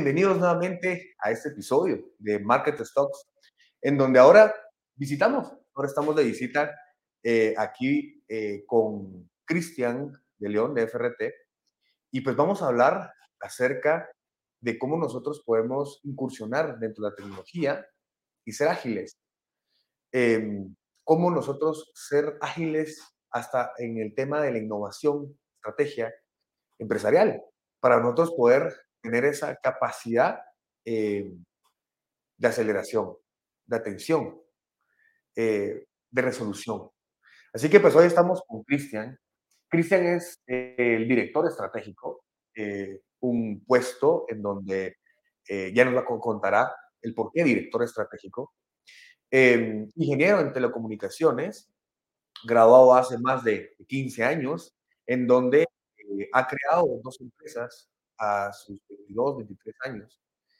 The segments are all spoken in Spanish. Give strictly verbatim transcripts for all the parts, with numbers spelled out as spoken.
bienvenidos nuevamente a este episodio de Market Stocks, en donde ahora visitamos, ahora estamos de visita eh, aquí eh, con Cristian de León de F R T, y pues vamos a hablar acerca de cómo nosotros podemos incursionar dentro de la tecnología y ser ágiles. Eh, cómo nosotros ser ágiles hasta en el tema de la innovación, estrategia empresarial, para nosotros poder tener esa capacidad eh, de aceleración, de atención, eh, de resolución. Así que pues hoy estamos con Cristian. Cristian es eh, el director estratégico, eh, un puesto en donde eh, ya nos la contará el por qué director estratégico. Eh, ingeniero en telecomunicaciones, graduado hace más de quince años, en donde eh, ha creado dos empresas a sus veintidós, veintitrés años.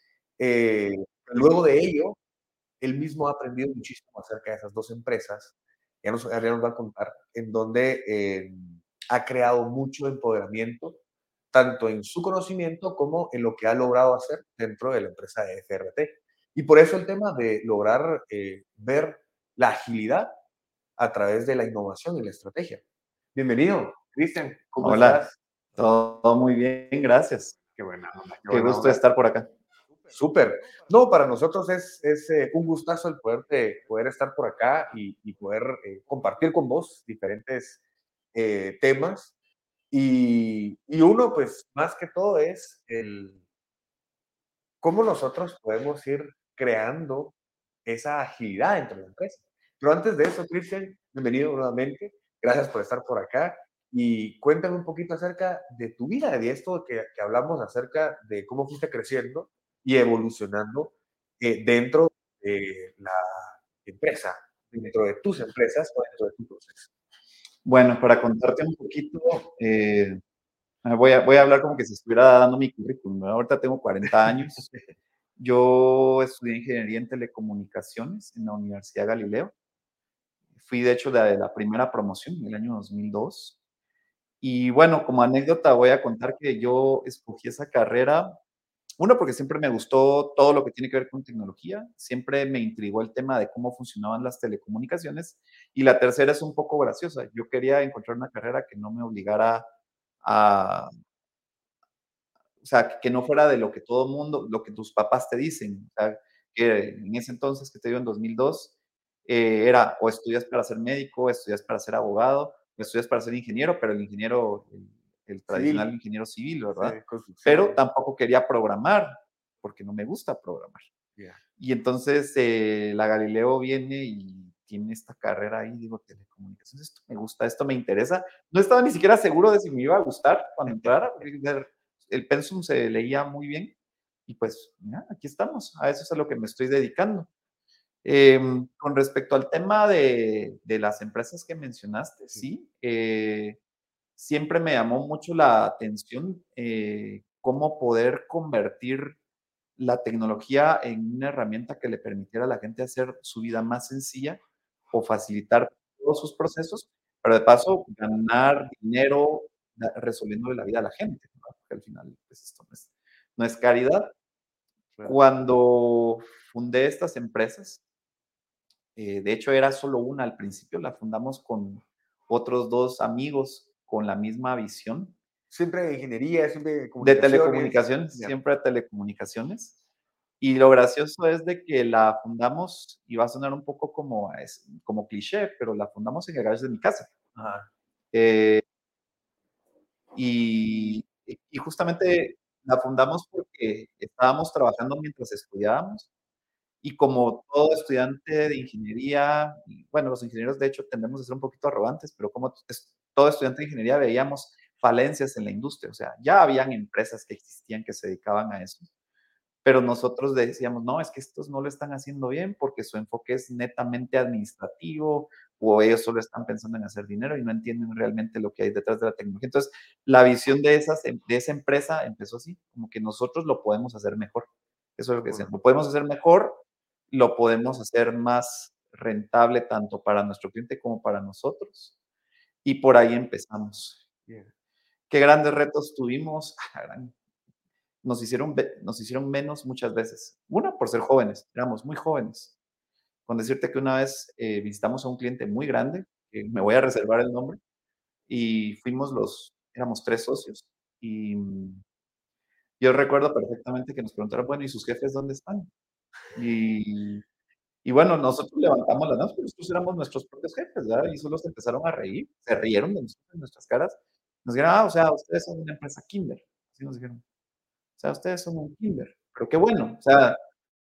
Eh, luego de ello, él mismo ha aprendido muchísimo acerca de esas dos empresas, ya nos, ya nos va a contar, en donde eh, ha creado mucho empoderamiento, tanto en su conocimiento como en lo que ha logrado hacer dentro de la empresa de F R T. Y por eso el tema de lograr eh, ver la agilidad a través de la innovación y la estrategia. Bienvenido, Cristian, ¿cómo Hola, estás? todo muy bien, gracias. Qué buena onda, qué Qué buena gusto onda. estar por acá. Súper. No, para nosotros es, es eh, un gustazo el poder, poder estar por acá y, y poder eh, compartir con vos diferentes eh, temas. Y, y uno, pues, más que todo es el cómo nosotros podemos ir creando esa agilidad dentro de la empresa. Pero antes de eso, Cristian, bienvenido nuevamente. Gracias por estar por acá. Y cuéntame un poquito acerca de tu vida, de esto que, que hablamos acerca de cómo fuiste creciendo y evolucionando eh, dentro de la empresa, dentro de tus empresas o dentro de tu proceso. Bueno, para contarte un poquito, eh, voy, a, voy a hablar como que si estuviera dando mi currículum, ¿no? Ahorita tengo cuarenta años. Yo estudié ingeniería en telecomunicaciones en la Universidad Galileo. Fui, de hecho, de la primera promoción en el año dos mil dos. Y bueno, como anécdota voy a contar que yo escogí esa carrera. Uno, porque siempre me gustó todo lo que tiene que ver con tecnología, siempre me intrigó el tema de cómo funcionaban las telecomunicaciones. Y la tercera es un poco graciosa. Yo quería encontrar una carrera que no me obligara a, o sea, que no fuera de lo que todo mundo, lo que tus papás te dicen. O sea, que en ese entonces, que te digo en dos mil dos, eh, era o estudias para ser médico, o estudias para ser abogado, o estudias para ser ingeniero, pero el ingeniero, el, el tradicional Civil, ingeniero civil, sí, ¿verdad? Pero construcción. tampoco quería programar, porque no me gusta programar. Yeah. Y entonces eh, la Galileo viene y tiene esta carrera ahí, digo, telecomunicaciones, esto me gusta, esto me interesa. No estaba ni siquiera seguro de si me iba a gustar cuando entrara, porque el pensum se leía muy bien y pues, mira, aquí estamos, a eso es a lo que me estoy dedicando. Eh, con respecto al tema de, de, las empresas que mencionaste, sí, eh, siempre me llamó mucho la atención eh, cómo poder convertir la tecnología en una herramienta que le permitiera a la gente hacer su vida más sencilla o facilitar todos sus procesos, pero de paso ganar dinero resolviendo la vida a la gente, ¿no? Porque al final pues esto no es, no es caridad. Claro. Cuando fundé estas empresas, eh, de hecho era solo una al principio, la fundamos con otros dos amigos con la misma visión. Siempre de ingeniería, siempre de De comunicaciones. telecomunicaciones, Yeah. siempre de telecomunicaciones. Y lo gracioso es de que la fundamos, y va a sonar un poco como, es, como cliché, pero la fundamos en el garage de mi casa. Ajá. Eh, y, y justamente la fundamos porque estábamos trabajando mientras estudiábamos. Y como todo estudiante de ingeniería, bueno, los ingenieros de hecho tendemos a ser un poquito arrogantes, pero como todo estudiante de ingeniería veíamos falencias en la industria. O sea, ya habían empresas que existían que se dedicaban a eso, pero nosotros decíamos, no, es que estos no lo están haciendo bien porque su enfoque es netamente administrativo o ellos solo están pensando en hacer dinero y no entienden realmente lo que hay detrás de la tecnología. Entonces, la visión de, esas, de esa empresa empezó así, como que nosotros lo podemos hacer mejor. Eso es lo que decían, lo podemos hacer mejor, lo podemos hacer más rentable tanto para nuestro cliente como para nosotros. Y por ahí empezamos. Yeah. ¿Qué grandes retos tuvimos? nos hicieron, nos hicieron menos muchas veces. Una, por ser jóvenes, éramos muy jóvenes. Con decirte que una vez eh, visitamos a un cliente muy grande, que me voy a reservar el nombre, y fuimos los, éramos tres socios. Y mm, yo recuerdo perfectamente que nos preguntaron, bueno, ¿y sus jefes dónde están? Y, y bueno, nosotros levantamos las manos, pero nosotros éramos nuestros propios jefes, ¿verdad? Y solo se empezaron a reír, se rieron de nosotros en nuestras caras. Nos dijeron, ah, o sea, ustedes son una empresa Kinder. Así nos dijeron. O sea, ustedes son un Kinder. Pero qué bueno, o sea,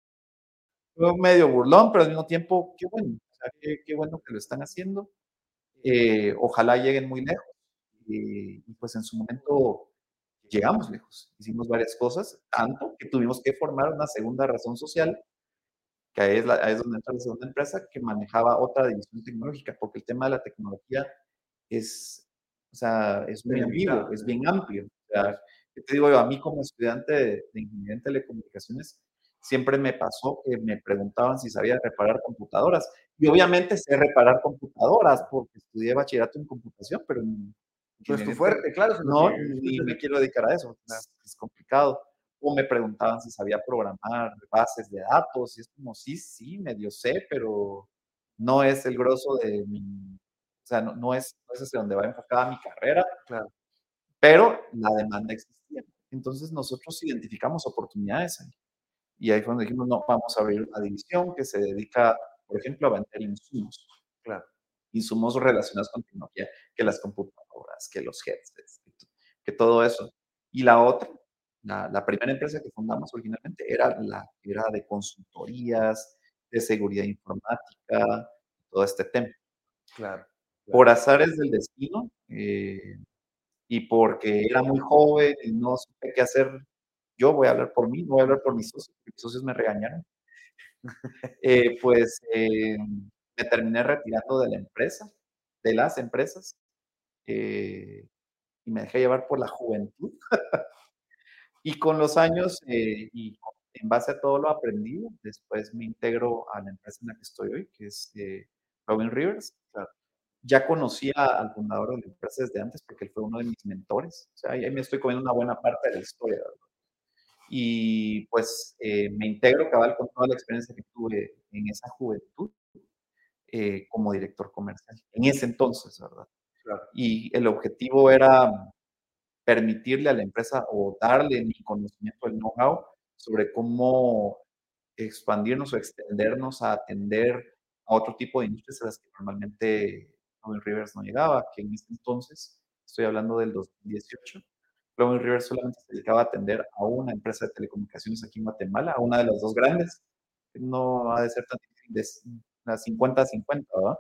fue medio burlón, pero al mismo tiempo, qué bueno. O sea, qué, qué bueno que lo están haciendo. Eh, ojalá lleguen muy lejos. Y, y pues en su momento llegamos lejos. Hicimos varias cosas, tanto que tuvimos que formar una segunda razón social, que ahí es, la, ahí es donde entra la segunda empresa, que manejaba otra división tecnológica, porque el tema de la tecnología es, o sea, es muy ambiguo, es bien amplio. O sea, yo te digo yo, a mí como estudiante de, de ingeniería en telecomunicaciones, siempre me pasó que me preguntaban si sabía reparar computadoras. Y obviamente sé reparar computadoras porque estudié bachillerato en computación, pero en No es tu ingeniería en tele- fuerte, claro, sino no, que ni me quiero dedicar a eso, es, es complicado. O me preguntaban si sabía programar bases de datos, y es como, sí, sí, medio sé, pero no es el grosso de mi, o sea, no, no es, no es hacia donde va enfocada mi carrera, claro, pero la demanda existía. Entonces nosotros identificamos oportunidades ahí. Y ahí fue donde dijimos, no, vamos a abrir una división que se dedica, por ejemplo, a vender insumos, claro, insumos relacionados con tecnología, que las computadoras, que los headsets, que, que todo eso. Y la otra, la, la, primera empresa que fundamos originalmente era la era de consultorías, de seguridad informática, todo este tema. claro, claro. Por azares del destino eh, y porque era muy joven y no supe qué hacer, yo voy a hablar por mí, no voy a hablar por mis socios, porque mis socios me regañaron. Eh, pues eh, me terminé retirando de la empresa, de las empresas, eh, y me dejé llevar por la juventud. Y con los años, eh, y en base a todo lo aprendido, después me integro a la empresa en la que estoy hoy, que es eh, Robin Rivers. Claro. Ya conocía al fundador de la empresa desde antes porque él fue uno de mis mentores. O sea, ahí me estoy comiendo una buena parte de la historia, ¿verdad? Y pues eh, me integro cabal con toda la experiencia que tuve en esa juventud eh, como director comercial, en ese entonces, ¿verdad? Claro. Y el objetivo era permitirle a la empresa o darle mi conocimiento, el know-how sobre cómo expandirnos o extendernos a atender a otro tipo de industrias a las que normalmente Robin Rivers no llegaba, que en ese entonces, estoy hablando del dos mil dieciocho, Robin Rivers solamente se dedicaba a atender a una empresa de telecomunicaciones aquí en Guatemala, a una de las dos grandes. No ha de ser tan difícil, de cincuenta a cincuenta, ¿verdad?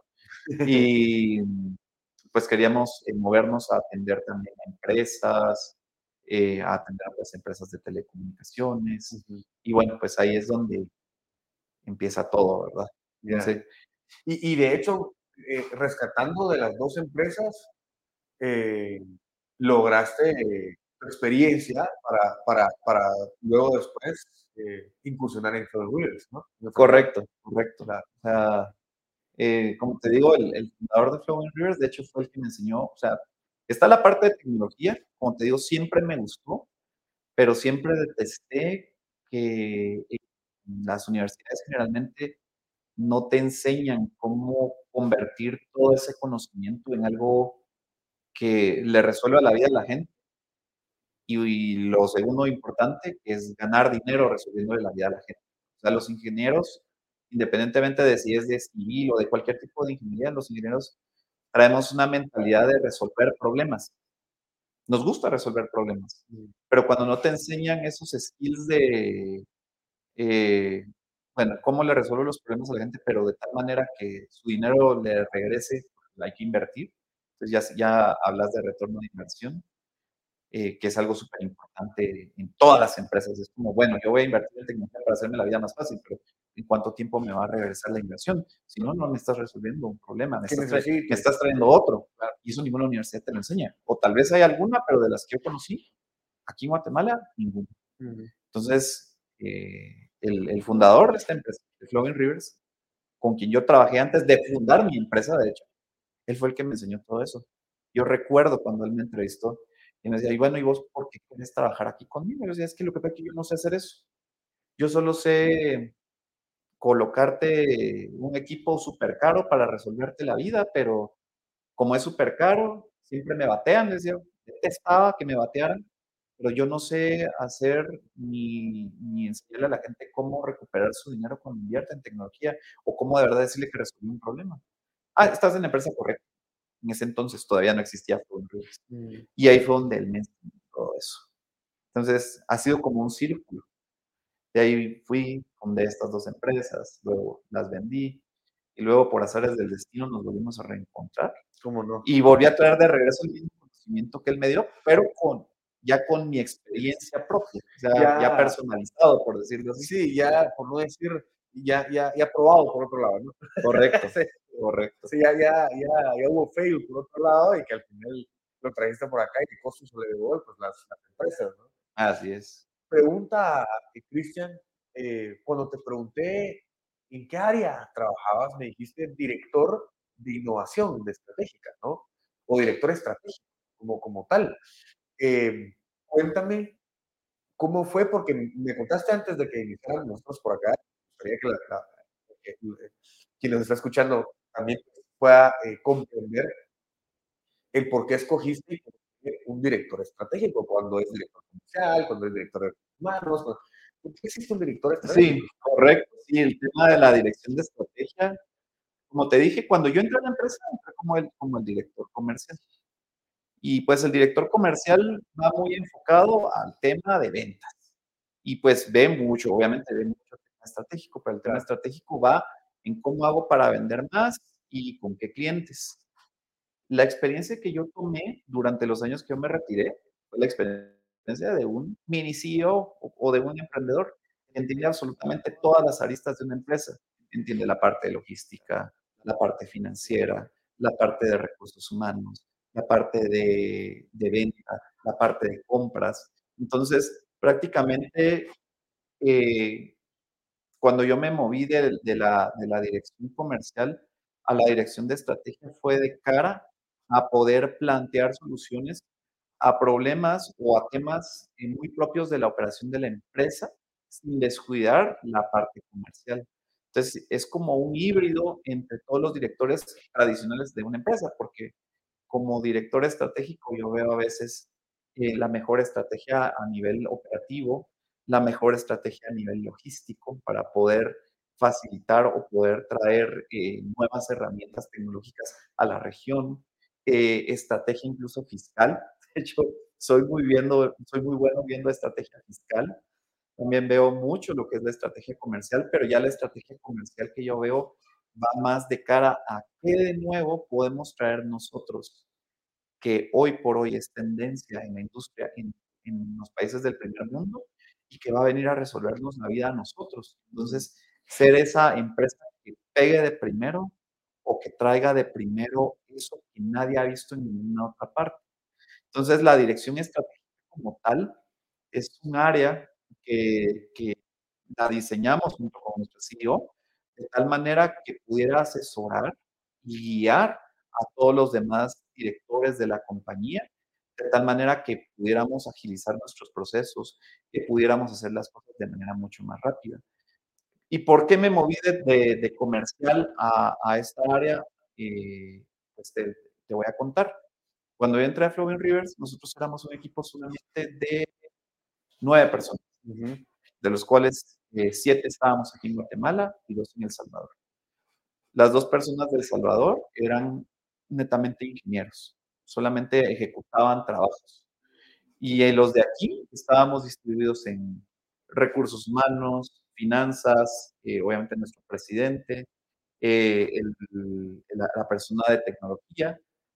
Y pues queríamos eh, movernos a atender también a empresas, eh, a atender a las empresas de telecomunicaciones. Uh-huh. Y bueno, pues ahí es donde empieza todo, ¿verdad? Yeah. Entonces, y, y de hecho, eh, rescatando de las dos empresas, eh, lograste eh, tu experiencia para, para, para luego después eh, incursionar en Flow Wheels, ¿no? Correcto, correcto. Claro. O sea, eh, como te digo, el, el fundador de Flowing Rivers, de hecho, fue el que me enseñó, o sea, está la parte de tecnología, como te digo, siempre me gustó, pero siempre detesté que las universidades generalmente no te enseñan cómo convertir todo ese conocimiento en algo que le resuelva la vida a la gente. Y, y lo segundo importante es ganar dinero resolviendo la vida a la gente. O sea, los ingenieros, independientemente de si es de civil o de cualquier tipo de ingeniería, los ingenieros traemos una mentalidad de resolver problemas. Nos gusta resolver problemas, pero cuando no te enseñan esos skills de, eh, bueno, cómo le resuelvo los problemas a la gente, pero de tal manera que su dinero le regrese, hay que invertir. Entonces ya, ya hablas de retorno de inversión. Eh, que es algo súper importante en todas las empresas. Es como, bueno, yo voy a invertir en tecnología para hacerme la vida más fácil, pero ¿en cuánto tiempo me va a regresar la inversión? Si no, no me estás resolviendo un problema, me estás, tra me estás trayendo otro. Claro. Y eso ninguna universidad te lo enseña. O tal vez hay alguna, pero de las que yo conocí, aquí en Guatemala, ninguna. Uh-huh. Entonces, eh, el, el, fundador de esta empresa, de Flowing Rivers, con quien yo trabajé antes de fundar mi empresa, de hecho, él fue el que me enseñó todo eso. Yo recuerdo cuando él me entrevistó, Y me decía: "Y bueno, ¿y vos por qué quieres trabajar aquí conmigo?". Yo decía: "Es que lo que pasa es que yo no sé hacer eso. Yo solo sé colocarte un equipo súper caro para resolverte la vida, pero como es súper caro, siempre me batean", le decía. Detestaba que me batearan, pero yo no sé hacer ni ni enseñarle a la gente cómo recuperar su dinero cuando invierte en tecnología, o cómo de verdad decirle que resolví un problema. "Ah, estás en la empresa correcta". En ese entonces todavía no existía Flowin Rivers. Mm, Y ahí fue donde él me enseñó todo eso. Entonces, ha sido como un círculo. De ahí fui, fundé estas dos empresas, luego las vendí, y luego por azares del destino nos volvimos a reencontrar, ¿cómo no? y volví a traer de regreso el mismo conocimiento que él me dio, pero con ya con mi experiencia propia, o sea, ya Ya, personalizado, por decirlo así. sí, ya, por no decir, ya, ya, ya probado por otro lado, ¿no? Correcto, Sí, correcto. sí, ya, ya, ya, ya hubo fail por otro lado y que al final lo trajiste por acá y qué costo se le devuelve, pues las, las empresas, ¿no? Así es. Pregunta, eh, Cristian, eh, cuando te pregunté en qué área trabajabas, me dijiste director de innovación de estratégica, ¿no? O director estratégico, como, como tal. Eh, Cuéntame cómo fue, porque me contaste antes de que iniciáramos nosotros por acá, me gustaría que la, la- que, eh, quien nos está escuchando también pueda eh, comprender el por qué escogiste un director estratégico, cuando es director comercial, cuando es director de humanos, cuando- ¿por qué existe un director Sí, estratégico? correcto. Sí, el tema de la dirección de estrategia, como te dije, cuando yo entré a la empresa, entré como el como el director comercial. Y, pues, el director comercial va muy enfocado al tema de ventas. Y, pues, ve mucho, obviamente, ve mucho el tema estratégico, pero el tema Claro, estratégico va en cómo hago para vender más y con qué clientes. La experiencia que yo tomé durante los años que yo me retiré fue la experiencia de un mini C E O o o de un emprendedor que entiende absolutamente todas las aristas de una empresa. Entiende la parte de logística, la parte financiera, la parte de recursos humanos, la parte de de venta, la parte de compras. Entonces, prácticamente, eh, cuando yo me moví de de la de la dirección comercial a la dirección de estrategia fue de cara a poder plantear soluciones a problemas o a temas, eh, muy propios de la operación de la empresa, sin descuidar la parte comercial. Entonces, es como un híbrido entre todos los directores tradicionales de una empresa, porque como director estratégico yo veo a veces eh, la mejor estrategia a nivel operativo, la mejor estrategia a nivel logístico para poder facilitar o poder traer eh, nuevas herramientas tecnológicas a la región, eh, estrategia incluso fiscal. De hecho, soy muy, viendo, soy muy bueno viendo estrategia fiscal. También veo mucho lo que es la estrategia comercial, pero ya la estrategia comercial que yo veo va más de cara a qué de nuevo podemos traer nosotros que hoy por hoy es tendencia en la industria en, en los países del primer mundo y que va a venir a resolvernos la vida a nosotros. Entonces, ser esa empresa que pegue de primero o que traiga de primero eso que nadie ha visto en ninguna otra parte. Entonces, la dirección estratégica como tal es un área que, que la diseñamos junto con nuestro C E O, de tal manera que pudiera asesorar y guiar a todos los demás directores de la compañía, de tal manera que pudiéramos agilizar nuestros procesos, que pudiéramos hacer las cosas de manera mucho más rápida. ¿Y por qué me moví de, de- de comercial a, a esta área? Eh, pues te, te voy a contar. Cuando yo entré a Flowing Rivers, nosotros éramos un equipo solamente de nueve personas, ujú, de los cuales eh, siete estábamos aquí en Guatemala y dos en El Salvador. Las dos personas de El Salvador eran netamente ingenieros, solamente ejecutaban trabajos. Y eh, los de aquí estábamos distribuidos en recursos humanos, finanzas, eh, obviamente nuestro presidente, eh, el- el- la, la persona de tecnología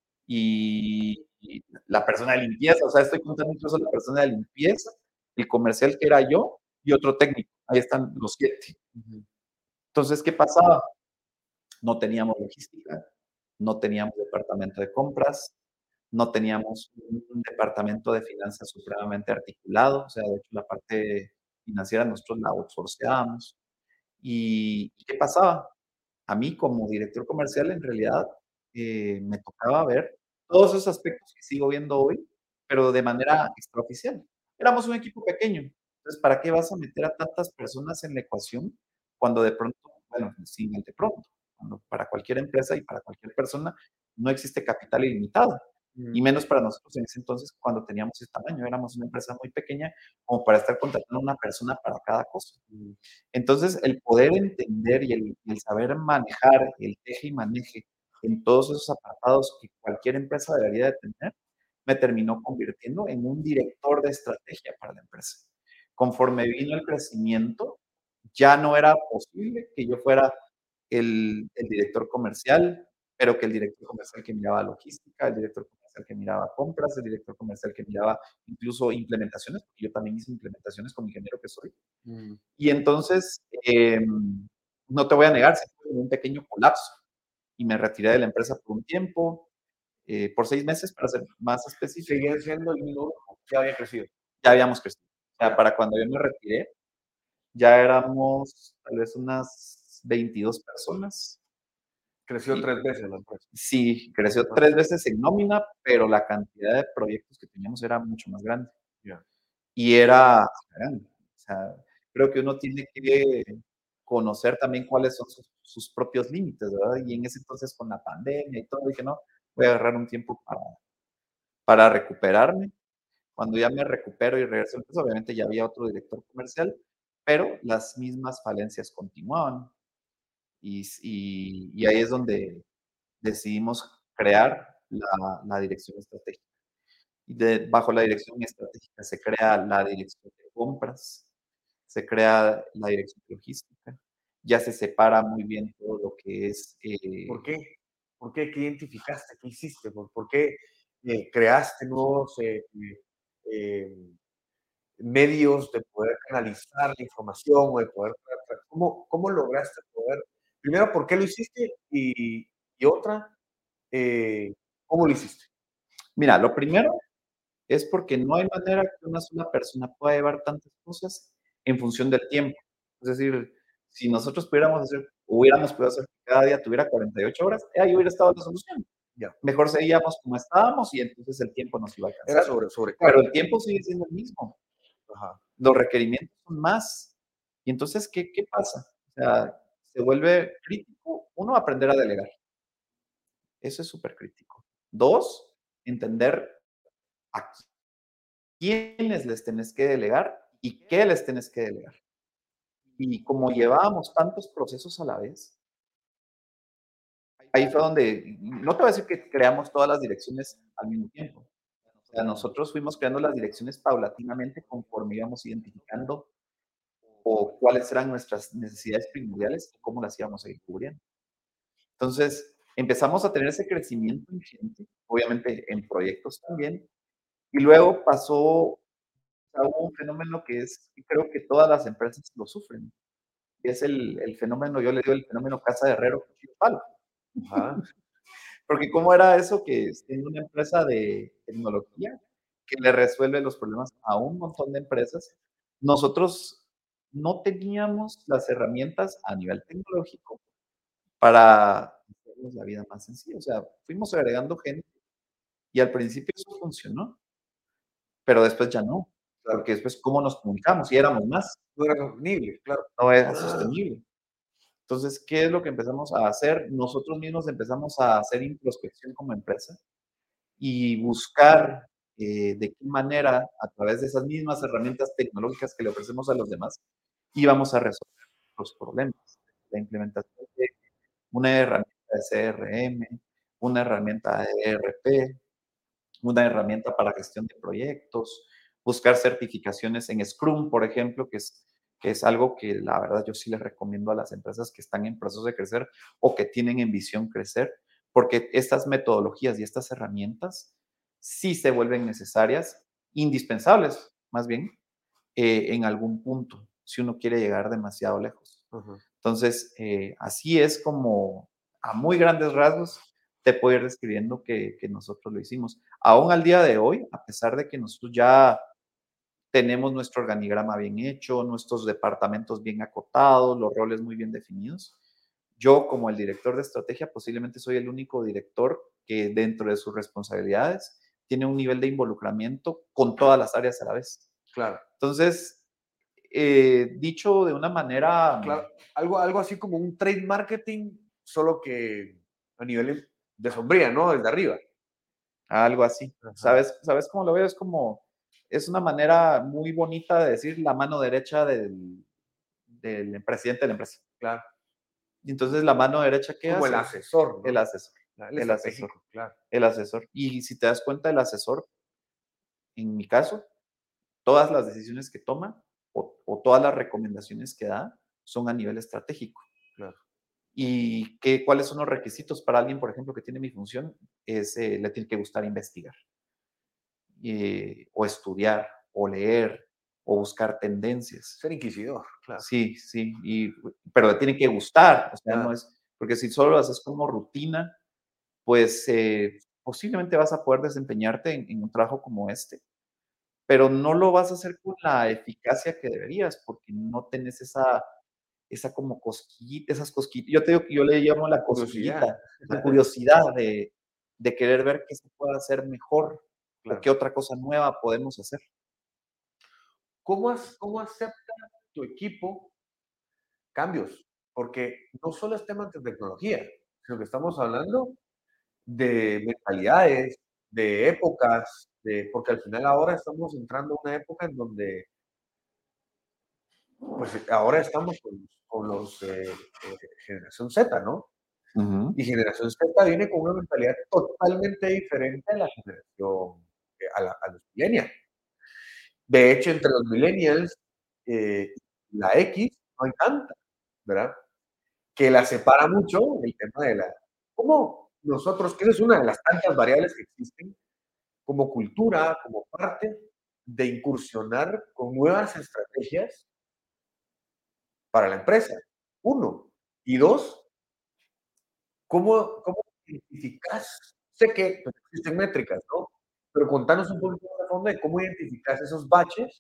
y, y la persona de limpieza. O sea, estoy contando incluso la persona de limpieza, el comercial que era yo y otro técnico. Ahí están los siete. ujú. Entonces, ¿qué pasaba? No teníamos logística, no teníamos departamento de compras, no teníamos un departamento de finanzas supremamente articulado, o sea, de hecho la parte financiera nosotros la outsourceábamos. ¿Y qué pasaba? A mí como director comercial en realidad eh, me tocaba ver todos esos aspectos que sigo viendo hoy, pero de manera extraoficial. Éramos un equipo pequeño. Entonces, ¿para qué vas a meter a tantas personas en la ecuación cuando de pronto, bueno, sin el de pronto, cuando para cualquier empresa y para cualquier persona no existe capital ilimitado? Y Mm, menos para nosotros en ese entonces cuando teníamos ese tamaño. Éramos una empresa muy pequeña como para estar contratando a una persona para cada cosa. mm, Entonces, el poder entender y el, el saber manejar el teje y maneje en todos esos apartados que cualquier empresa debería de tener, me terminó convirtiendo en un director de estrategia para la empresa. Conforme vino el crecimiento, ya no era posible que yo fuera el, el director comercial, pero que el director comercial que miraba logística, el director comercial que miraba compras, el director comercial que miraba incluso implementaciones, porque yo también hice implementaciones como ingeniero que soy. mm. Y entonces, eh, no te voy a negar, se fue un pequeño colapso y me retiré de la empresa por un tiempo, eh, por seis meses, para ser más específico. Seguían siendo el mismo grupo, ya había crecido. Ya habíamos crecido. O sea, Ya. para cuando yo me retiré, ya éramos tal vez unas veintidós personas. Creció Y tres veces la empresa. sí, creció Ah, tres veces en nómina, pero la cantidad de proyectos que teníamos era mucho más grande. ya. Y era grande. O sea, creo que uno tiene que conocer también cuáles son sus, sus propios límites, ¿verdad? Y en ese entonces con la pandemia y todo, dije, no, voy a agarrar un tiempo para, para recuperarme. Cuando ya me recupero y regreso, pues obviamente ya había otro director comercial, pero las mismas falencias continuaban. Y, y, y ahí es donde decidimos crear la, la dirección estratégica. Y de, bajo la dirección estratégica se crea la dirección de compras, se crea la dirección de logística, ya se separa muy bien todo lo que es... ¿Por Eh, qué? ¿Por qué? ¿Qué identificaste? ¿Qué hiciste? ¿Por, por qué eh, creaste nuevos eh, eh, eh, medios de poder canalizar la información o de poder... ¿Cómo, cómo lograste poder? Primero, ¿por qué lo hiciste? Y, y otra, eh, ¿cómo lo hiciste? mira, lo primero es porque no hay manera que una sola persona pueda llevar tantas cosas en función del tiempo. Es decir, si nosotros pudiéramos hacer, hubiéramos podido hacer que cada día tuviera cuarenta y ocho horas, ahí hubiera estado la solución. Ya. Mejor seguíamos como estábamos y entonces el tiempo nos iba a Era alcanzar. sobre, Pero sobrecarga. el tiempo sigue siendo el mismo. Ajá. Los requerimientos son más. Y entonces, ¿qué, qué pasa? O sea, se vuelve crítico, uno, aprender a delegar. Eso es súper crítico. Dos, entender a quiénes les tenés que delegar y qué les tenés que delegar. Y como llevábamos tantos procesos a la vez, ahí fue donde, no te voy a decir que creamos todas las direcciones al mismo tiempo. O sea, nosotros fuimos creando las direcciones paulatinamente conforme íbamos identificando o cuáles eran nuestras necesidades primordiales y cómo las íbamos a ir cubriendo. Entonces, empezamos a tener ese crecimiento ingente, obviamente en proyectos también, y luego pasó, o sea, hubo un fenómeno que es, y creo que todas las empresas lo sufren, y es el, el fenómeno, yo le digo el fenómeno casa de herrero, cuchillo palo. Ajá. Porque cómo era eso que siendo una empresa de tecnología que le resuelve los problemas a un montón de empresas, nosotros no teníamos las herramientas a nivel tecnológico para hacernos la vida más sencilla. O sea, fuimos agregando gente y al principio eso funcionó, pero después ya no, Claro. porque después cómo nos comunicamos y éramos más, No era sostenible, claro. no era sostenible. Entonces, ¿qué es lo que empezamos a hacer? Nosotros mismos empezamos a hacer introspección como empresa y buscar eh, de qué manera, a través de esas mismas herramientas tecnológicas que le ofrecemos a los demás, íbamos a resolver los problemas. La implementación de una herramienta de C R M, una herramienta de E R P, una herramienta para gestión de proyectos, buscar certificaciones en Scrum, por ejemplo, que es, que es algo que la verdad yo sí les recomiendo a las empresas que están en proceso de crecer o que tienen en visión crecer, porque estas metodologías y estas herramientas sí se vuelven necesarias, indispensables, más bien, eh, en algún punto, si uno quiere llegar demasiado lejos. Ajá. Entonces, eh, así es como a muy grandes rasgos te puedo ir describiendo que, que nosotros lo hicimos. Aún al día de hoy, a pesar de que nosotros ya tenemos nuestro organigrama bien hecho, nuestros departamentos bien acotados, los roles muy bien definidos, yo como el director de estrategia posiblemente soy el único director que dentro de sus responsabilidades tiene un nivel de involucramiento con todas las áreas a la vez. Claro. Entonces, eh, dicho de una manera... Claro, algo, algo así como un trade marketing, solo que a nivel de sombría, ¿no? Desde arriba. Algo así. Ajá. ¿Sabes, ¿Sabes cómo lo veo? Es como, es una manera muy bonita de decir la mano derecha del, del presidente de la empresa. Claro. Y entonces la mano derecha, ¿qué Como hace? el asesor, ¿no? El asesor. El, El asesor. claro. El asesor. Y si te das cuenta, el asesor, en mi caso, todas las decisiones que toma o, o todas las recomendaciones que da son a nivel estratégico. Claro. ¿Y qué, cuáles son los requisitos para alguien, por ejemplo, que tiene mi función? Es, eh, le tiene que gustar investigar, eh, o estudiar, o leer, o buscar tendencias. Ser inquisidor, claro. Sí, sí, y, pero le tiene que gustar, o sea, Claro. no es, porque si solo lo haces como rutina, pues eh, posiblemente vas a poder desempeñarte en, en un trabajo como este, pero no lo vas a hacer con la eficacia que deberías, porque no tenés esa, esa como cosquillita, esas cosquillitas. Yo te digo que yo le llamo la Curiosidad. cosquillita, la curiosidad de, de querer ver qué se puede hacer mejor Claro. o qué otra cosa nueva podemos hacer. ¿Cómo, has, ¿Cómo acepta tu equipo cambios? Porque no solo es tema de tecnología, sino que estamos hablando de mentalidades, de épocas, de, porque al final ahora estamos entrando a una época en donde, pues ahora estamos con, con los eh, eh, generación Z, ¿no? Uh-huh. Y generación Z viene con una mentalidad totalmente diferente a la generación, eh, a, la, a los millennials. De hecho, entre los millennials, eh, la X no hay tanta, ¿verdad? Que la separa mucho el tema de la... ¿Cómo nosotros, que es una de las tantas variables que existen, como cultura, como parte de incursionar con nuevas estrategias para la empresa? Uno. Y dos, ¿cómo, cómo identificas? Sé que pues, existen métricas, ¿no? Pero contanos un poquito más a fondo de cómo identificas esos baches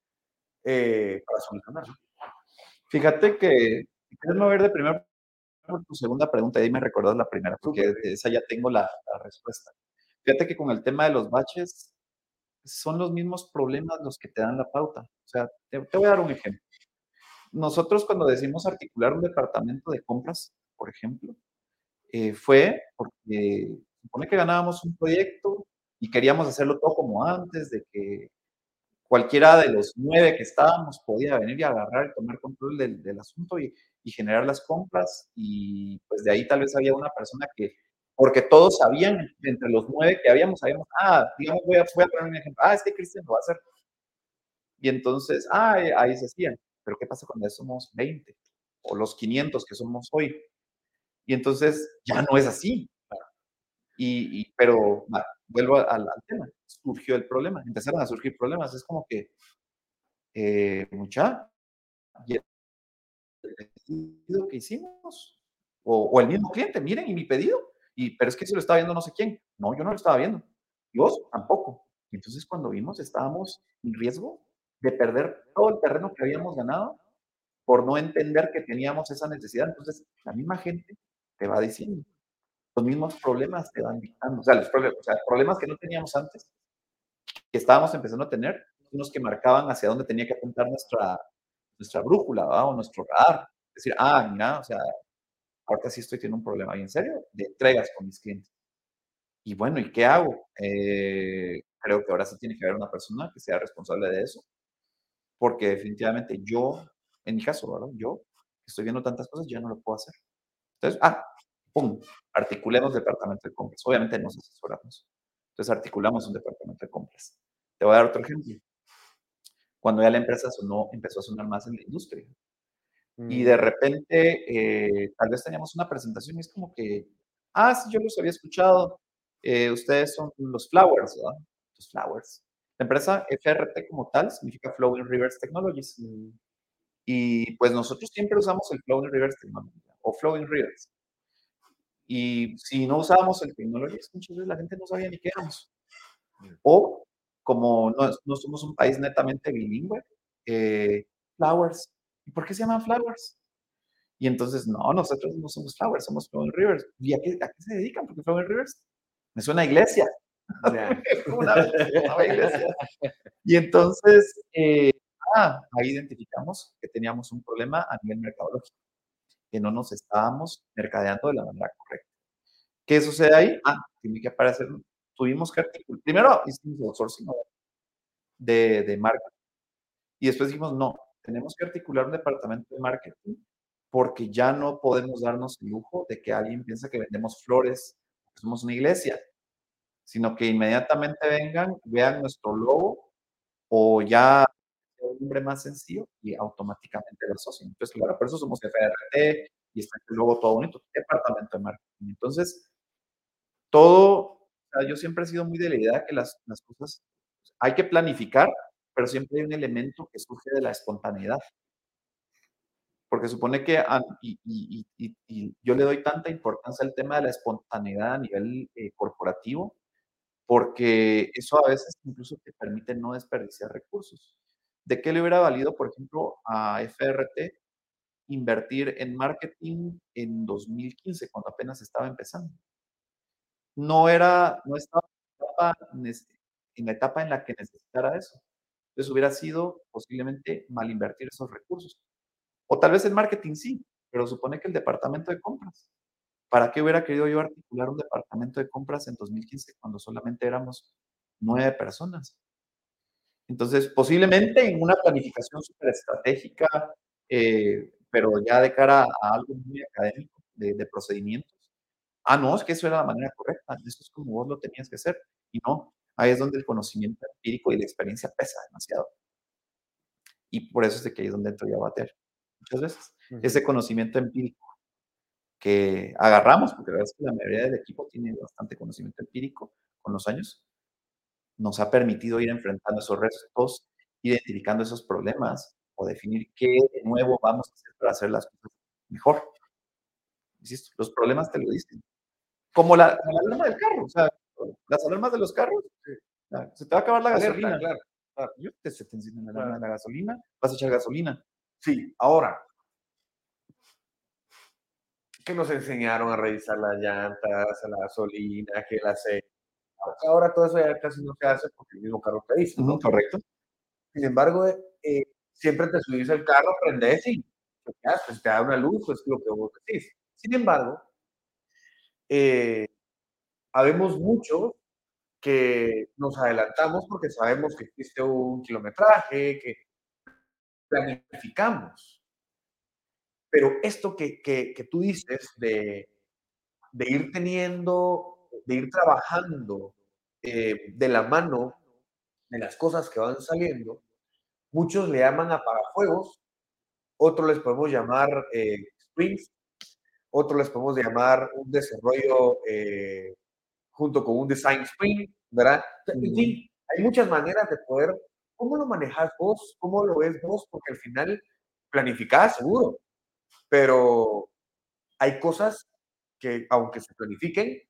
eh, para solucionar. Fíjate que, si quieres mover de primero por tu segunda pregunta, y ahí me recordás la primera, porque Súper. de esa ya tengo la, la respuesta. Fíjate que con el tema de los baches, son los mismos problemas los que te dan la pauta. O sea, te, te voy a dar un ejemplo. Nosotros cuando decimos articular un departamento de compras, por ejemplo, eh, fue porque supone que ganábamos un proyecto y queríamos hacerlo todo como antes, de que cualquiera de los nueve que estábamos podía venir y agarrar y tomar control del, del asunto y, y generar las compras. Y pues de ahí tal vez había una persona que, porque todos sabían, entre los nueve que habíamos, sabíamos, ah, digamos, voy a, voy a poner un ejemplo, ah, es que Cristian lo va a hacer. Y entonces, ah, ahí se hacían. Pero ¿qué pasa cuando ya somos veinte? O los quinientos que somos hoy. Y entonces ya no es así. Y, y pero va, vuelvo al, al tema. Surgió el problema, empezaron a surgir problemas. Es como que, eh, mucha, y el pedido que hicimos, o, o el mismo cliente, miren, y mi pedido, y, pero es que se lo estaba viendo no sé quién. No, yo no lo estaba viendo. Y vos tampoco. Y entonces cuando vimos, estábamos en riesgo de perder todo el terreno que habíamos ganado por no entender que teníamos esa necesidad. Entonces, la misma gente te va diciendo, los mismos problemas te van dictando, o sea, los problemas, o sea, problemas que no teníamos antes, que estábamos empezando a tener, unos que marcaban hacia dónde tenía que apuntar nuestra, nuestra brújula, ¿verdad? O nuestro radar. Es decir, ah, mira, o sea, ahorita sí estoy teniendo un problema, ¿y en serio? De entregas con mis clientes. Y bueno, ¿y qué hago? Eh, creo que ahora sí tiene que haber una persona que sea responsable de eso, porque definitivamente yo, en mi caso, ¿verdad? Yo, que estoy viendo tantas cosas, ya no lo puedo hacer. Entonces, ah, pum, articulemos departamento de compras. Obviamente nos asesoramos. Entonces, articulamos un departamento de compras. Te voy a dar otro ejemplo. Cuando ya la empresa sonó, empezó a sonar más en la industria. Y de Mm, repente, eh, tal vez teníamos una presentación y es como que, ah, sí, yo los había escuchado. Eh, ustedes son los Flowers, ¿verdad? Los Flowers. La empresa F R T como tal significa Flowing Rivers Technologies. mm, Y pues nosotros siempre usamos el Flowing Rivers Technologies o Flowing Rivers. Y si no usábamos el Technologies, muchas veces la gente no sabía ni qué éramos. O como no, no somos un país netamente bilingüe, eh, Flowers. ¿Y por qué se llaman Flowers? Y entonces, no, nosotros no somos Flowers, somos Flowing Rivers. ¿Y a qué, a qué se dedican? Porque Flowing Rivers me suena a iglesia. Ya. Una vez a la iglesia. Y entonces, eh, ah, ahí identificamos que teníamos un problema a nivel mercadológico, que no nos estábamos mercadeando de la manera correcta. ¿Qué sucede ahí? Ah, tiene que aparecer, tuvimos que articular, primero hicimos outsourcing de, de marketing y después dijimos, no, tenemos que articular un departamento de marketing porque ya no podemos darnos el lujo de que alguien piense que vendemos flores, que somos una iglesia, sino que inmediatamente vengan, vean nuestro logo o ya un nombre más sencillo y automáticamente lo asocian. Entonces, claro, por eso somos F R T y está el logo todo bonito, departamento de marketing. Entonces, todo, o sea, yo siempre he sido muy de la idea que las, las cosas hay que planificar, pero siempre hay un elemento que surge de la espontaneidad. Porque supone que, ah, y, y, y, y, y yo le doy tanta importancia al tema de la espontaneidad a nivel eh, corporativo, porque eso a veces incluso te permite no desperdiciar recursos. ¿De qué le hubiera valido, por ejemplo, a F R T invertir en marketing en dos mil quince, cuando apenas estaba empezando? No era, no estaba en la etapa, nece- en la etapa en la que necesitara eso. Entonces hubiera sido posiblemente mal invertir esos recursos. O tal vez el marketing sí, pero supone que el departamento de compras. ¿Para qué hubiera querido yo articular un departamento de compras en dos mil quince cuando solamente éramos nueve personas? Entonces, posiblemente en una planificación súper estratégica, eh, pero ya de cara a algo muy académico de, de procedimientos. Ah, no, es que eso era la manera correcta, eso es como vos lo tenías que hacer. Y no, ahí es donde el conocimiento empírico y la experiencia pesa demasiado. Y por eso es de que ahí es donde entro yo a bater muchas veces. Ujú. Ese conocimiento empírico que agarramos, porque la verdad es que la mayoría del equipo tiene bastante conocimiento empírico con los años, nos ha permitido ir enfrentando esos retos, identificando esos problemas o definir qué de nuevo vamos a hacer para hacer las cosas mejor. Insisto, los problemas te lo dicen. Como la, como la alarma del carro, o sea, las alarmas de los carros, ah, se te va a acabar la Alerta, gasolina. claro, claro, Yo te, se te enciende la alarma claro. de la gasolina, vas a echar gasolina. Sí, ahora, que nos enseñaron a revisar las llantas, a la gasolina, que el aceite. Ahora todo eso ya casi no se hace porque el mismo carro te dice, Ujú, ¿no? correcto. Sin embargo, eh, siempre te subís al carro, prendes y chequeas, pues te da una luz, pues lo que vos decís. Sin embargo, eh, habemos muchos que nos adelantamos porque sabemos que existe un kilometraje, que planificamos. Pero esto que, que, que tú dices de, de, ir teniendo, de ir trabajando eh, de la mano de las cosas que van saliendo, muchos le llaman apagafuegos, otros les podemos llamar eh, sprints, otros les podemos llamar un desarrollo eh, junto con un design sprint, ¿verdad? En Ujú. fin, hay muchas maneras de poder, ¿cómo lo manejas vos? ¿Cómo lo ves vos? Porque al final planificás seguro, pero hay cosas que aunque se planifiquen,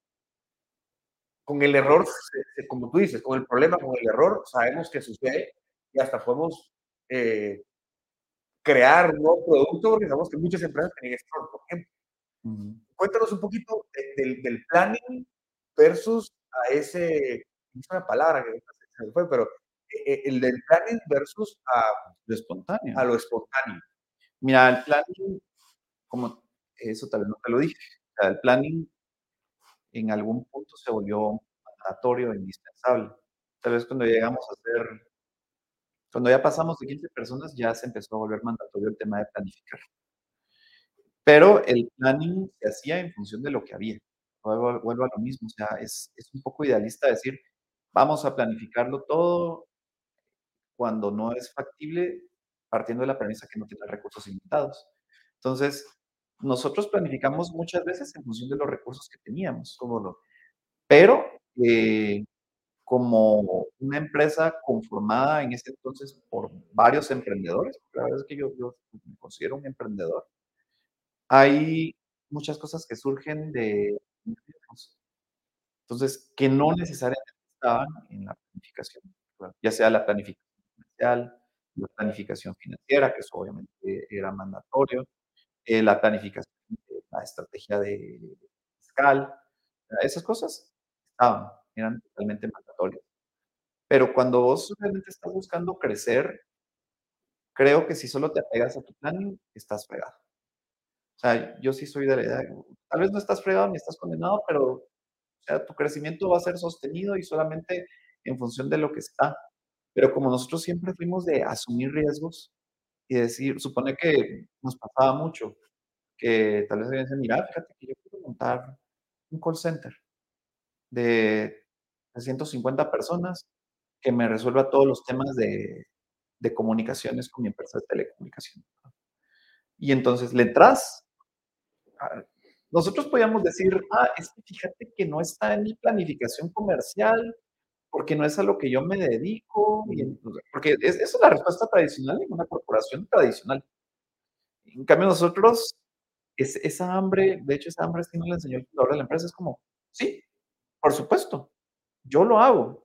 con el error, se- se- como tú dices, con el problema, con el error, sabemos que sucede y hasta podemos eh, crear un nuevo producto porque sabemos que muchas empresas tienen este error, por ejemplo. Ujú. Cuéntanos un poquito de- del, del planning versus a ese, no es una palabra que se me fue, pero eh, eh, el del planning versus a, Lo espontáneo. a lo espontáneo. Mira, el planning, como eso tal vez no te lo dije, o sea, el planning en algún punto se volvió mandatorio e indispensable. Tal vez cuando llegamos a ser, cuando ya pasamos de quince personas, ya se empezó a volver mandatorio el tema de planificar. Pero el planning se hacía en función de lo que había. Vuelvo, vuelvo a lo mismo, o sea, es, es un poco idealista decir, vamos a planificarlo todo cuando no es factible, partiendo de la premisa que no tiene recursos ilimitados. Entonces, nosotros planificamos muchas veces en función de los recursos que teníamos, ¿Cómo no? pero eh, como una empresa conformada en ese entonces por varios emprendedores, la verdad es que yo, yo me considero un emprendedor, hay muchas cosas que surgen de riesgos, entonces, que no necesariamente estaban en la planificación, ¿verdad? Ya sea la planificación comercial, la planificación financiera, que eso obviamente era mandatorio, eh, la planificación de la estrategia de fiscal, esas cosas estaban. eran totalmente mandatorias. Pero cuando vos realmente estás buscando crecer, creo que si solo te apegas a tu planning, estás fregado. O sea, yo sí soy de la idea, tal vez no estás fregado ni estás condenado, pero, o sea, tu crecimiento va a ser sostenido y solamente en función de lo que está. Pero como nosotros siempre fuimos de asumir riesgos y decir, supone que nos pasaba mucho, que tal vez alguien dice, mira, fíjate que yo quiero montar un call center de trescientas cincuenta personas que me resuelva todos los temas de, de comunicaciones con mi empresa de telecomunicaciones. Y entonces le entras. Ah, nosotros podíamos decir, ah, es que fíjate que no está en mi planificación comercial, porque no es a lo que yo me dedico, y Ujú. entonces- porque es, esa es la respuesta tradicional en una corporación tradicional. En cambio, nosotros, es, esa hambre, de hecho, esa hambre es que nos le enseñó el fundador de la empresa, es como, sí, por supuesto, yo lo hago.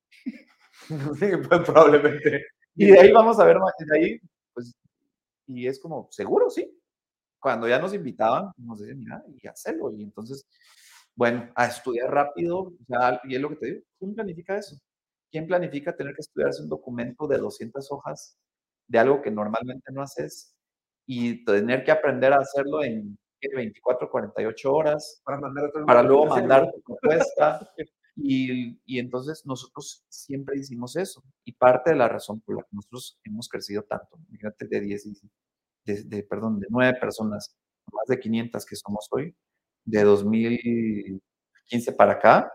Sí, pues, probablemente. Y de ahí vamos a ver más, de ahí, pues, y es como, seguro, sí. Cuando ya nos invitaban, nos decían, mira, y hacelo. Y entonces, bueno, a estudiar rápido, o sea, y es lo que te digo, ¿quién planifica eso? ¿Quién planifica tener que estudiarse un documento de doscientas hojas de algo que normalmente no haces y tener que aprender a hacerlo en ¿qué? veinticuatro, cuarenta y ocho horas Para mandar a todo el para mundo luego a hacerlo. mandar tu propuesta? Y, y entonces nosotros siempre hicimos eso. Y parte de la razón por la que nosotros hemos crecido tanto, fíjate, de diez y de, de, perdón, de nueve personas, más de quinientas que somos hoy, de dos mil quince para acá,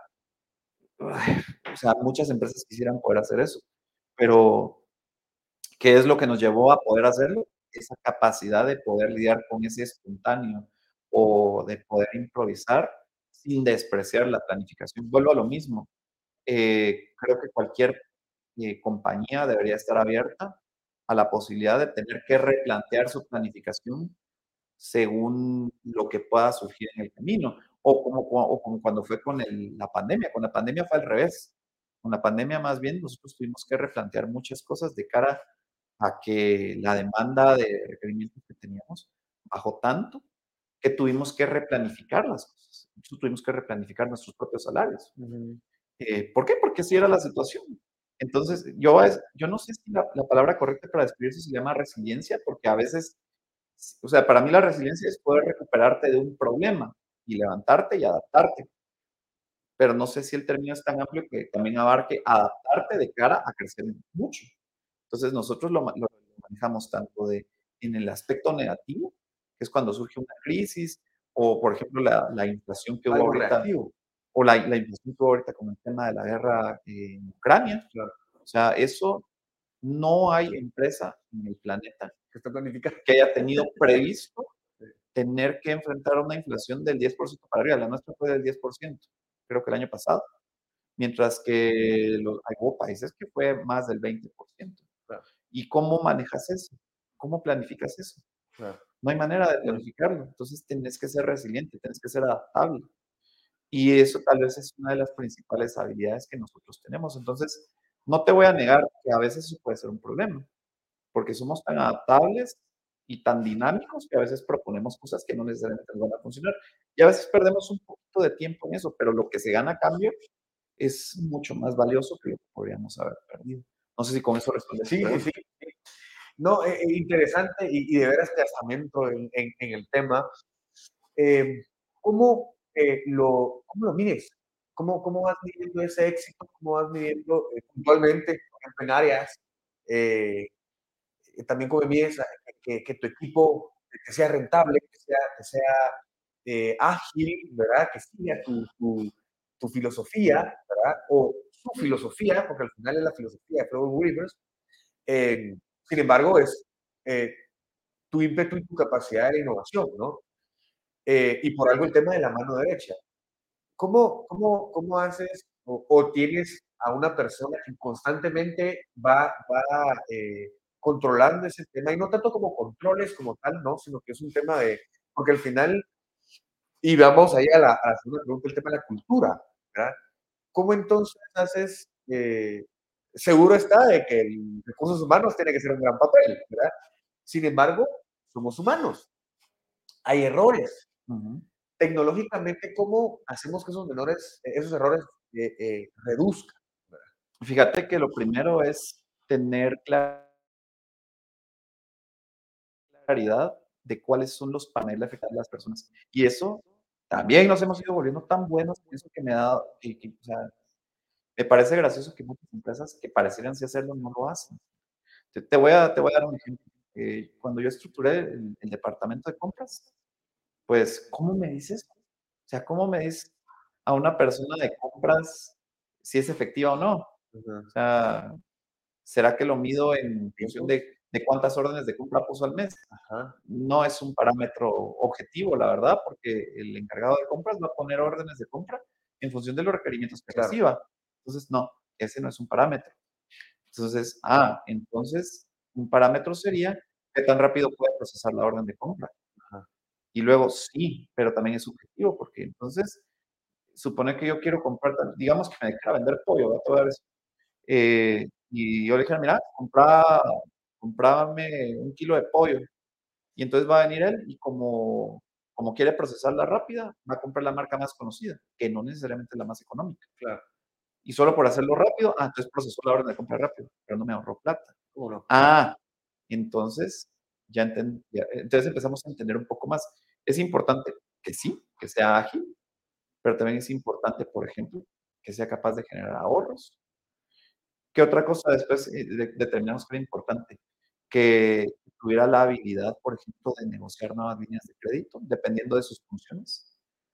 ay, o sea, muchas empresas quisieran poder hacer eso, pero ¿qué es lo que nos llevó a poder hacerlo? Esa capacidad de poder lidiar con ese espontáneo o de poder improvisar sin despreciar la planificación. Vuelvo a lo mismo. Eh, creo que cualquier eh, compañía debería estar abierta a la posibilidad de tener que replantear su planificación según lo que pueda surgir en el camino. O como, o como cuando fue con el, la pandemia. Con la pandemia fue al revés. Con la pandemia más bien nosotros tuvimos que replantear muchas cosas de cara a que la demanda de requerimientos que teníamos bajó tanto que tuvimos que replanificar las cosas. Nosotros tuvimos que replanificar nuestros propios salarios. Ujú. Eh, ¿Por qué? Porque así era la situación. Entonces, yo, es, yo no sé si la, la palabra correcta para describir eso se llama resiliencia, porque a veces, o sea, para mí la resiliencia es poder recuperarte de un problema y levantarte y adaptarte. Pero no sé si el término es tan amplio que también abarque adaptarte de cara a crecer mucho. Entonces, nosotros lo, lo manejamos tanto de, en el aspecto negativo, que es cuando surge una crisis, o por ejemplo la, la inflación que hubo Algo ahorita, reactivo. o la, la inflación que hubo ahorita con el tema de la guerra en Ucrania. Claro, O sea, eso no hay empresa en el planeta que está planificado. que haya tenido previsto tener que enfrentar una inflación del diez por ciento para arriba. La nuestra fue del diez por ciento, creo que el año pasado. Mientras que los, hay hubo países que fue más del veinte por ciento. Claro, ¿Y cómo manejas eso? ¿Cómo planificas eso? claro. No hay manera de planificarlo. Entonces tienes que ser resiliente, tienes que ser adaptable. Y eso tal vez es una de las principales habilidades que nosotros tenemos. Entonces, no te voy a negar que a veces eso puede ser un problema, porque somos tan adaptables y tan dinámicos que a veces proponemos cosas que no necesariamente van a funcionar. Y a veces perdemos un poquito de tiempo en eso, pero lo que se gana a cambio es mucho más valioso que lo que podríamos haber perdido. No sé si con eso respondes tu Sí, sí, pregunta. sí. No, eh, eh, interesante y, y de veras te asamento en, en, en el tema. Eh, ¿cómo, eh, lo, ¿Cómo lo mides? ¿Cómo, ¿Cómo vas midiendo ese éxito? ¿Cómo vas midiendo eh, puntualmente, por ejemplo, en áreas? Eh, eh, también cómo mides a- que, que tu equipo que sea rentable, que sea, que sea eh, ágil, ¿verdad? Que siga tu, tu, tu filosofía, ¿verdad? O su filosofía, porque al final es la filosofía de Flowers Rivers. Eh, sin embargo, es eh, tu ímpetu y tu capacidad de innovación, ¿no? Eh, y por algo el tema de la mano derecha. ¿Cómo, cómo, cómo haces o, o tienes a una persona que constantemente va, va eh, controlando ese tema? Y no tanto como controles como tal, ¿no? Sino que es un tema de, porque al final, y vamos ahí a la, a la segunda pregunta, el tema de la cultura, ¿verdad? ¿Cómo entonces haces, eh, seguro está de que el recursos humanos tiene que ser un gran papel, ¿verdad? Sin embargo, somos humanos, hay errores. Ujú. Tecnológicamente, ¿cómo hacemos que esos menores, esos errores eh, eh, reduzca. Fíjate que lo primero es tener claridad de cuáles son los paneles afectados de las personas. Y eso también nos hemos ido volviendo tan buenos en eso que me ha dado, que, que, o sea, me parece gracioso que muchas empresas que parecieran sí hacerlo no lo hacen. Te, te voy, a, te voy a dar un ejemplo. Eh, cuando yo estructuré el, el departamento de compras, pues, ¿cómo me dices? O sea, ¿cómo me dices a una persona de compras si es efectiva o no? Ujú. O sea, ¿será que lo mido en función Tiempo. de, de cuántas órdenes de compra puso al mes? Ajá, No es un parámetro objetivo, la verdad, porque el encargado de compras va a poner órdenes de compra en función de los requerimientos que claro. reciba. Entonces, no, ese no es un parámetro. Entonces, ah, entonces un parámetro sería qué tan rápido puede procesar la orden de compra. Ajá, Y luego, sí, pero también es subjetivo, porque entonces supone que yo quiero comprar, tal- digamos que me quiera vender pollo, ¿verdad? Te voy a dar eso. Eh, y yo le dije, mira, compra, comprame un kilo de pollo. Y entonces va a venir él y como, como quiere procesarla rápida, va a comprar la marca más conocida, que no necesariamente es la más económica. claro. Y solo por hacerlo rápido, ah, entonces procesó la orden de compra rápido, pero no me ahorró plata. ¿Cómo no? Ah, entonces ya, enten- ya- entonces empezamos a entender un poco más. Es importante que sí, que sea ágil, pero también es importante, por ejemplo, que sea capaz de generar ahorros. ¿Qué otra cosa después eh, de- determinamos que era importante? Que tuviera la habilidad, por ejemplo, de negociar nuevas líneas de crédito, dependiendo de sus funciones.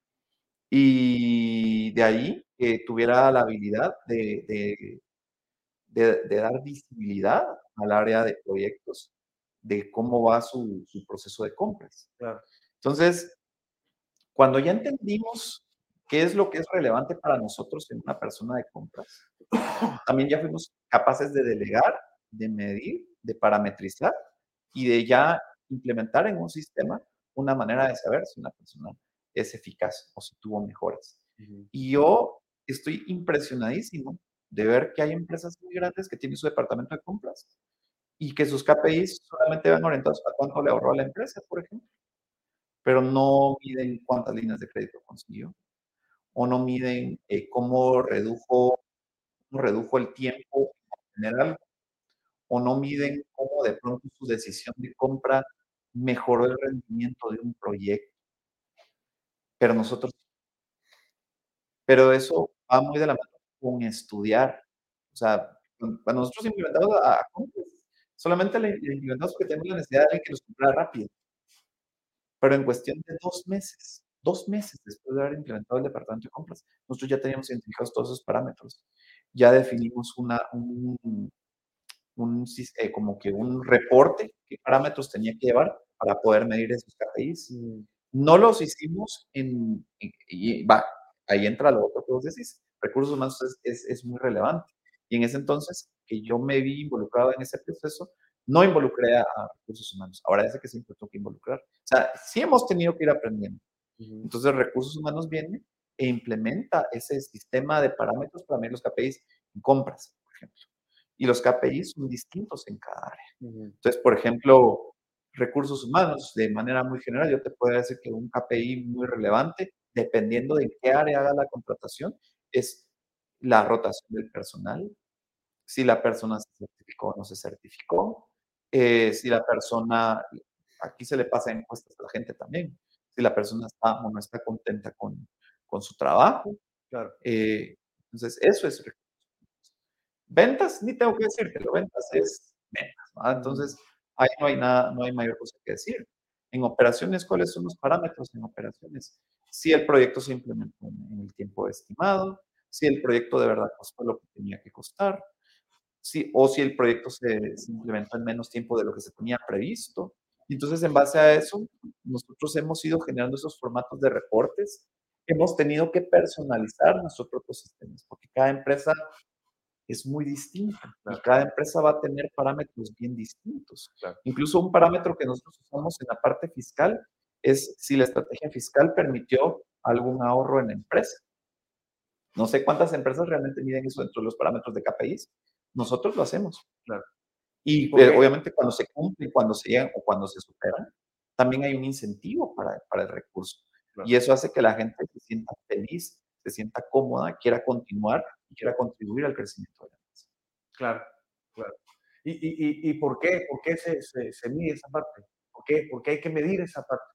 Y de ahí que tuviera la habilidad de, de- de- de dar visibilidad al área de proyectos, de cómo va su, su proceso de compras. Claro. Entonces, cuando ya entendimos qué es lo que es relevante para nosotros en una persona de compras, también ya fuimos capaces de delegar, de medir, de parametrizar y de ya implementar en un sistema una manera de saber si una persona es eficaz o si tuvo mejoras. Ujú. Y yo estoy impresionadísimo de ver que hay empresas muy grandes que tienen su departamento de compras y que sus K P Is solamente van orientados a cuánto le ahorró a la empresa, por ejemplo, pero no miden cuántas líneas de crédito consiguió o no miden eh, cómo redujo, cómo redujo el tiempo en general o no miden cómo de pronto su decisión de compra mejoró el rendimiento de un proyecto. Pero nosotros, pero eso va muy de la mano con estudiar. O sea, cuando cuando nosotros implementamos a, a compras, solamente le, le implementamos porque tenemos la necesidad de alguien que nos comprara rápido. Pero en cuestión de dos meses, dos meses después de haber implementado el departamento de compras, nosotros ya teníamos identificados todos esos parámetros. Ya definimos una, un, un, eh, como que un reporte, qué parámetros tenía que llevar para poder medir esos K P Is. Mm, No los hicimos en, en- y va, ahí entra lo otro que vos decís, recursos humanos es, es, es muy relevante. Y en ese entonces, que yo me vi involucrado en ese proceso, no involucré a, a recursos humanos. Ahora dice que siempre tengo que involucrar. O sea, sí hemos tenido que ir aprendiendo. ujú. Entonces, recursos humanos viene e implementa ese sistema de parámetros para medir los K P Is en compras, por ejemplo. Y los K P Is son distintos en cada área. Ujú. Entonces, por ejemplo, recursos humanos, de manera muy general, yo te puedo decir que un K P I muy relevante, dependiendo de qué área haga la contratación, es la rotación del personal, si la persona se certificó o no se certificó, eh, si la persona, aquí se le pasa encuestas a la gente también, si la persona está o no está contenta con, con su trabajo. Claro. eh, entonces, eso es ventas, ni tengo que decírtelo, ventas es ventas, ¿verdad? Mm, Entonces, ahí no hay nada, no hay mayor cosa que decir. En operaciones, ¿cuáles son los parámetros en operaciones? Si el proyecto se implementó en en el tiempo estimado, si el proyecto de verdad costó lo que tenía que costar, si, o si el proyecto se, se implementó en menos tiempo de lo que se tenía previsto. Y entonces, en base a eso, nosotros hemos ido generando esos formatos de reportes. Hemos tenido que personalizar nuestros propios sistemas, porque cada empresa es muy distinta y claro, cada empresa va a tener parámetros bien distintos. claro. Incluso un parámetro que nosotros usamos en la parte fiscal es si la estrategia fiscal permitió algún ahorro en la empresa. No sé cuántas empresas realmente miden eso dentro de los parámetros de K P Is. Nosotros lo hacemos. Claro. Y eh, Porque, obviamente cuando se cumplen, cuando se llegan o cuando se superan, también hay un incentivo para, para el recurso. claro. Y eso hace que la gente se sienta feliz se sienta cómoda, quiera continuar y quiera contribuir al crecimiento de la empresa. Claro, claro. ¿Y, y, y, y por qué, por qué se, se, se mide esa parte? ¿Por qué, ¿Por qué hay que medir esa parte?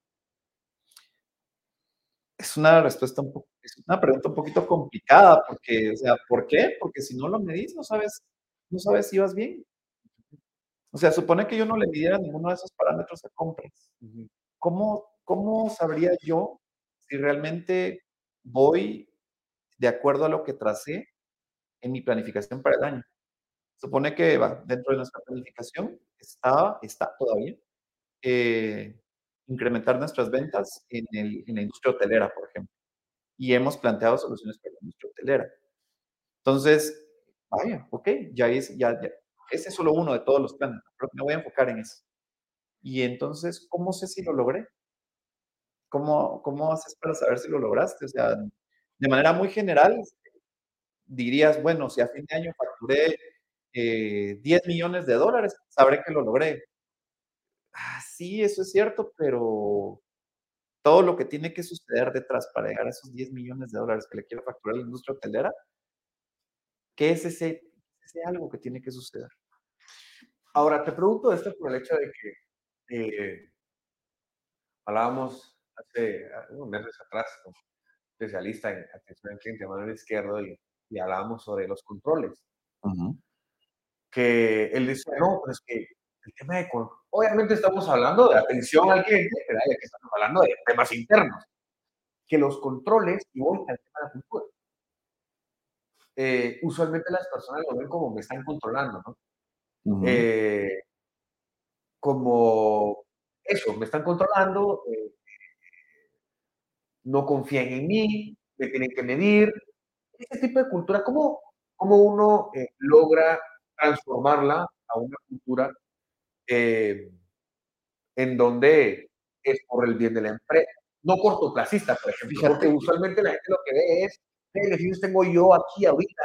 Es una respuesta un poco, es una pregunta un poquito complicada, porque, o sea, ¿por qué? Porque si no lo medís, no sabes, no sabes si vas bien. O sea, supone que yo no le midiera ninguno de esos parámetros a compras. Ujú. ¿Cómo, cómo sabría yo si realmente voy de acuerdo a lo que tracé en mi planificación para el año? Supone que va, dentro de nuestra planificación estaba, está todavía, eh, incrementar nuestras ventas en, el, en la industria hotelera, por ejemplo. Y hemos planteado soluciones para la industria hotelera. Entonces, vaya, ok, ya es, ya, ya, ese es solo uno de todos los planes, pero me voy a enfocar en eso. Y entonces, ¿cómo sé si lo logré? ¿Cómo, cómo haces para saber si lo lograste? O sea, de manera muy general, dirías, bueno, si a fin de año facturé eh, diez millones de dólares, sabré que lo logré. Ah, sí, eso es cierto, pero todo lo que tiene que suceder detrás para llegar a esos diez millones de dólares que le quiero facturar a la industria hotelera, ¿qué es ese, ese algo que tiene que suceder? Ahora, te pregunto esto por el hecho de que eh, hablábamos hace ah, unos meses atrás con un especialista en atención al cliente, Manuel Izquierdo, y, y hablábamos sobre los controles. Ujú, Que él decía, no, pero es que el tema de, con- obviamente estamos hablando de atención al cliente, ¿verdad? Y aquí estamos hablando de temas internos, que los controles, y voy al tema de la cultura, eh, usualmente las personas lo ven como me están controlando, ¿no? ujú. Eh, como eso, me están controlando, eh, no confían en mí, me tienen que medir. Ese tipo de cultura, ¿cómo, cómo uno eh, logra transformarla a una cultura eh, en donde es por el bien de la empresa? No cortoplacista, por ejemplo, porque Fíjate que, usualmente la gente lo que ve es qué beneficios tengo yo aquí ahorita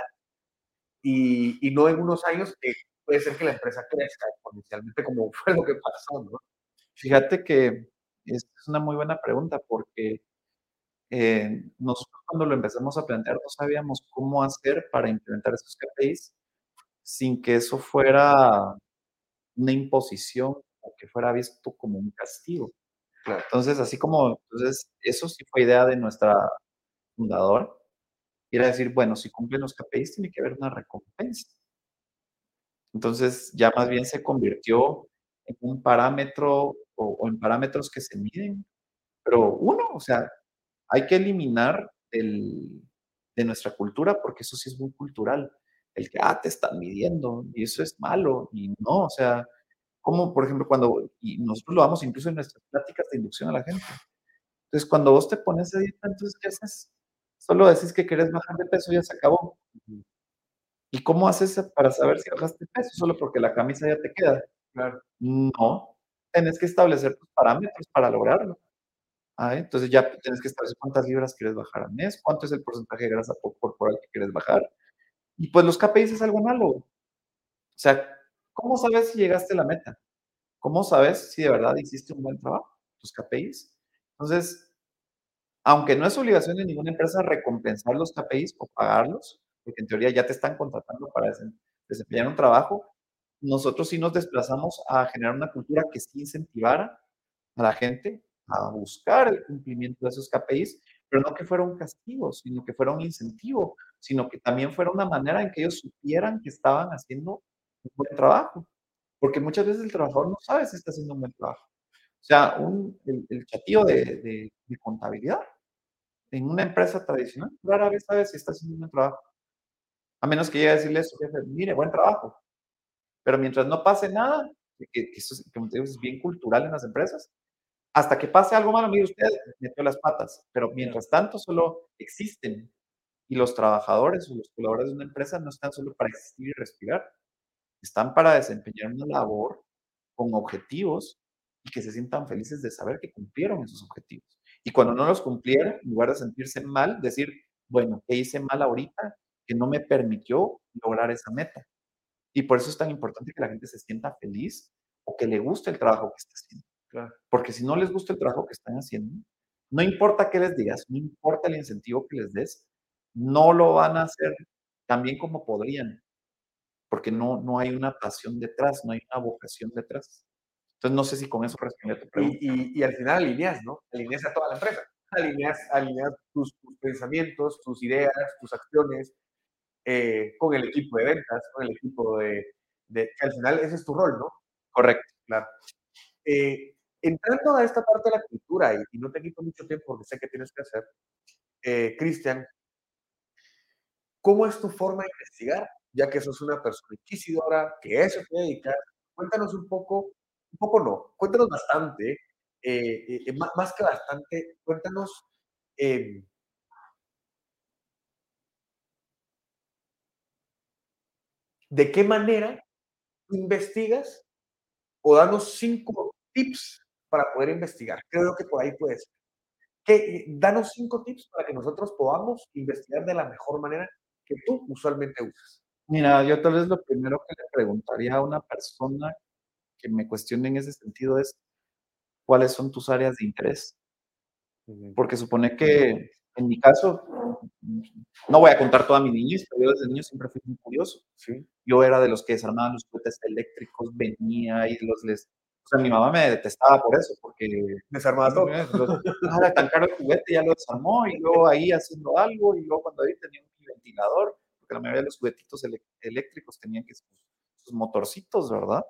y, y no en unos años que puede ser que la empresa crezca exponencialmente como fue lo que pasó, ¿no? fíjate que es una muy buena pregunta porque eh, nosotros cuando lo empezamos a plantear no sabíamos cómo hacer para implementar esos K P Is sin que eso fuera una imposición o que fuera visto como un castigo. Claro. Entonces, así como, entonces, eso sí fue idea de nuestra fundadora, y era decir, bueno, si cumplen los K P Is tiene que haber una recompensa. Entonces, ya más bien se convirtió en un parámetro o, o en parámetros que se miden, pero uno, o sea, hay que eliminar el, de nuestra cultura, porque eso sí es muy cultural, el que, ah, te están midiendo, y eso es malo, y no, o sea, como por ejemplo cuando, y nosotros lo damos incluso en nuestras pláticas de inducción a la gente. Entonces, cuando vos te pones a dieta, entonces, ¿qué haces? Solo decís que querés bajar de peso y ya se acabó. ¿Y cómo haces para saber si bajaste peso? Solo porque la camisa ya te queda. Claro. No, tenés que establecer tus parámetros para lograrlo. Ah, entonces ya tienes que establecer cuántas libras quieres bajar al mes, cuánto es el porcentaje de grasa por- corporal que quieres bajar. Y pues los K P Is es algo malo. O sea, ¿cómo sabes si llegaste a la meta? ¿Cómo sabes si de verdad hiciste un buen trabajo? Tus K P Is. Entonces, aunque no es obligación de ninguna empresa recompensar los K P Is o pagarlos, porque en teoría ya te están contratando para desen- desempeñar un trabajo, nosotros sí nos desplazamos a generar una cultura que sí incentivara a la gente a buscar el cumplimiento de esos K P Is, pero no que fuera un castigo, sino que fuera un incentivo, sino que también fuera una manera en que ellos supieran que estaban haciendo un buen trabajo, porque muchas veces el trabajador no sabe si está haciendo un buen trabajo. O sea, un, el, el chatillo de, de, de contabilidad en una empresa tradicional rara vez sabe si está haciendo un buen trabajo, a menos que llegue a decirle a su jefe, mire, buen trabajo, pero mientras no pase nada, que, que eso es, como te digo, es bien cultural en las empresas, hasta que pase algo malo, mire usted, metió las patas, pero mientras tanto solo existen y los trabajadores o los colaboradores de una empresa no están solo para existir y respirar, están para desempeñar una labor con objetivos y que se sientan felices de saber que cumplieron esos objetivos. Y cuando no los cumplieron, en lugar de sentirse mal, decir, bueno, ¿qué hice mal ahorita que no me permitió lograr esa meta? Y por eso es tan importante que la gente se sienta feliz o que le guste el trabajo que está haciendo. Claro. Porque si no les gusta el trabajo que están haciendo, no importa qué les digas, no importa el incentivo que les des, no lo van a hacer tan bien como podrían, porque Mm. no, no hay una pasión detrás, no hay una vocación detrás. Entonces, no sé si con eso respondí a tu Y, pregunta. y, y al final alineas, ¿no? Alineas a toda la empresa. Alineas, alineas tus, tus pensamientos, tus ideas, tus acciones eh, con el equipo de ventas, con el equipo de, de, que al final ese es tu rol, ¿no? Correcto. Claro. Eh, entrando a esta parte de la cultura, y, y, no te quito mucho tiempo porque sé que tienes que hacer, eh, Cristian, ¿cómo es tu forma de investigar? Ya que sos una persona inquisidora, que eso te dedicas, cuéntanos un poco, un poco no, cuéntanos bastante, eh, eh, más, más, que bastante, cuéntanos eh, de qué manera investigas o danos cinco tips para poder investigar. Creo que por ahí puedes. Que, danos cinco tips para que nosotros podamos investigar de la mejor manera que tú usualmente usas. Mira, yo tal vez lo primero que le preguntaría a una persona que me cuestione en ese sentido es, ¿cuáles son tus áreas de interés? Ujú. Porque supone que, en mi caso, no voy a contar toda mi niñez, pero yo desde niño siempre fui muy curioso. Sí. Yo era de los que desarmaban los cohetes eléctricos, venía y los les o sea, mi mamá me detestaba por eso, porque Desarmada todo. los ah, era tan caro el juguete, ya lo desarmó, y luego ahí haciendo algo, y luego cuando ahí tenía un ventilador, porque la mayoría de los juguetitos elec eléctricos tenían que sus sus motorcitos, ¿verdad?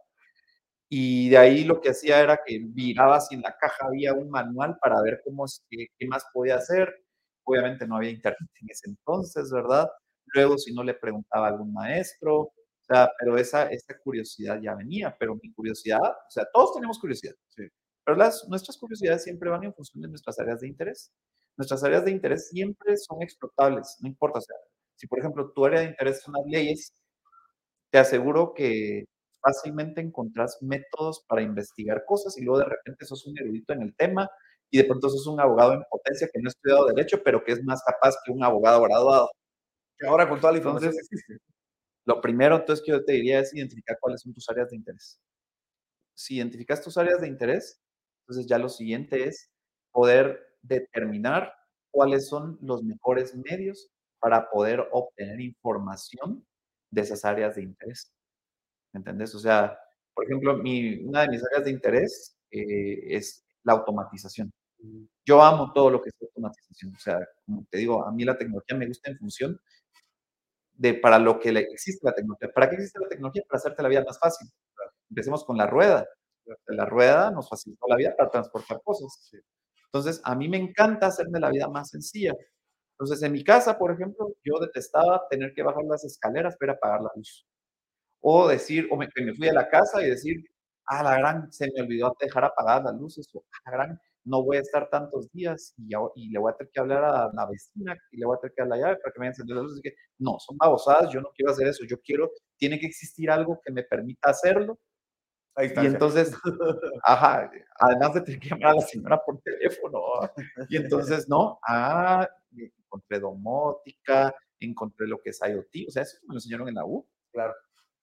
Y de ahí lo que hacía era que miraba si en la caja había un manual para ver cómo es que qué más podía hacer. Obviamente no había internet en ese entonces, ¿verdad? Luego, si no le preguntaba a algún maestro, o sea, pero esa esa curiosidad ya venía, pero mi curiosidad, o sea, todos tenemos curiosidad, Sí. pero las nuestras curiosidades siempre van en función de nuestras áreas de interés. Nuestras áreas de interés siempre son explotables, no importa, o sea, si por ejemplo tu área de interés son las leyes, te aseguro que fácilmente encontrás métodos para investigar cosas y luego de repente sos un erudito en el tema y de pronto sos un abogado en potencia que no ha estudiado derecho, pero que es más capaz que un abogado graduado. Que ahora con toda la información que Entonces, existe. lo primero entonces que yo te diría es identificar cuáles son tus áreas de interés. Si identificas tus áreas de interés, entonces ya lo siguiente es poder determinar cuáles son los mejores medios para poder obtener información de esas áreas de interés. ¿Me entendés? O sea, por ejemplo, mi, una de mis áreas de interés eh, es la automatización. Mm. Yo amo todo lo que es automatización. O sea, como te digo, a mí la tecnología me gusta en función de para lo que le existe la tecnología. ¿Para qué existe la tecnología? Para hacerte la vida más fácil. Empecemos con la rueda. La rueda nos facilitó la vida para transportar cosas. Sí. Entonces, a mí me encanta hacerme la vida más sencilla. Entonces, en mi casa, por ejemplo, yo detestaba tener que bajar las escaleras para apagar la luz. O decir, o me, que me fui a la casa y decir, ah, la gran, se me olvidó dejar apagadas las luces, o ah, la gran, no voy a estar tantos días y, ya- y le voy a tener que hablar a la vecina y le voy a tener que dar la llave para que me encender las luces. Así que, no, son babosadas, yo no quiero hacer eso, yo quiero, tiene que existir algo que me permita hacerlo. A Y distancia. entonces, ajá, además de tener que llamar a la señora por teléfono, y entonces, no, ah, encontré domótica, encontré lo que es IoT, o sea, eso me lo enseñaron en la U. Claro.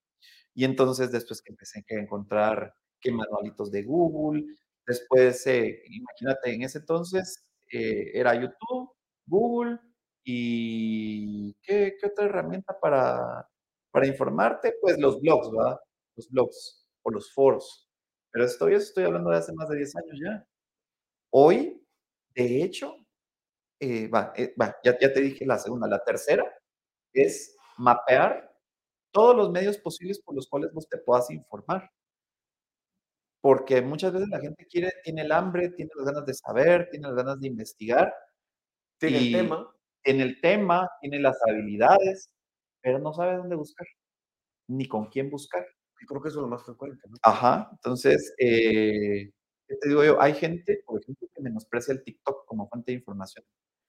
Y entonces después que empecé a encontrar que manualitos de Google, después, eh, imagínate, en ese entonces eh, era YouTube, Google y ¿qué, qué otra herramienta para, para informarte? Pues los blogs, ¿verdad? Los blogs o los foros. Pero esto yo estoy hablando de hace más de diez años ya. Hoy, de hecho, eh, va, eh, va, ya, ya te dije la segunda. La tercera es mapear todos los medios posibles por los cuales vos te puedas informar. Porque muchas veces la gente quiere, tiene el hambre, tiene las ganas de saber, tiene las ganas de investigar Tiene el y tema. en el tema, tiene las habilidades, pero no sabe dónde buscar, ni con quién buscar. Y creo que eso es lo más frecuente, ¿no? Ajá, entonces, eh, ¿qué te digo yo? Hay gente, por ejemplo, que menosprecia el TikTok como fuente de información.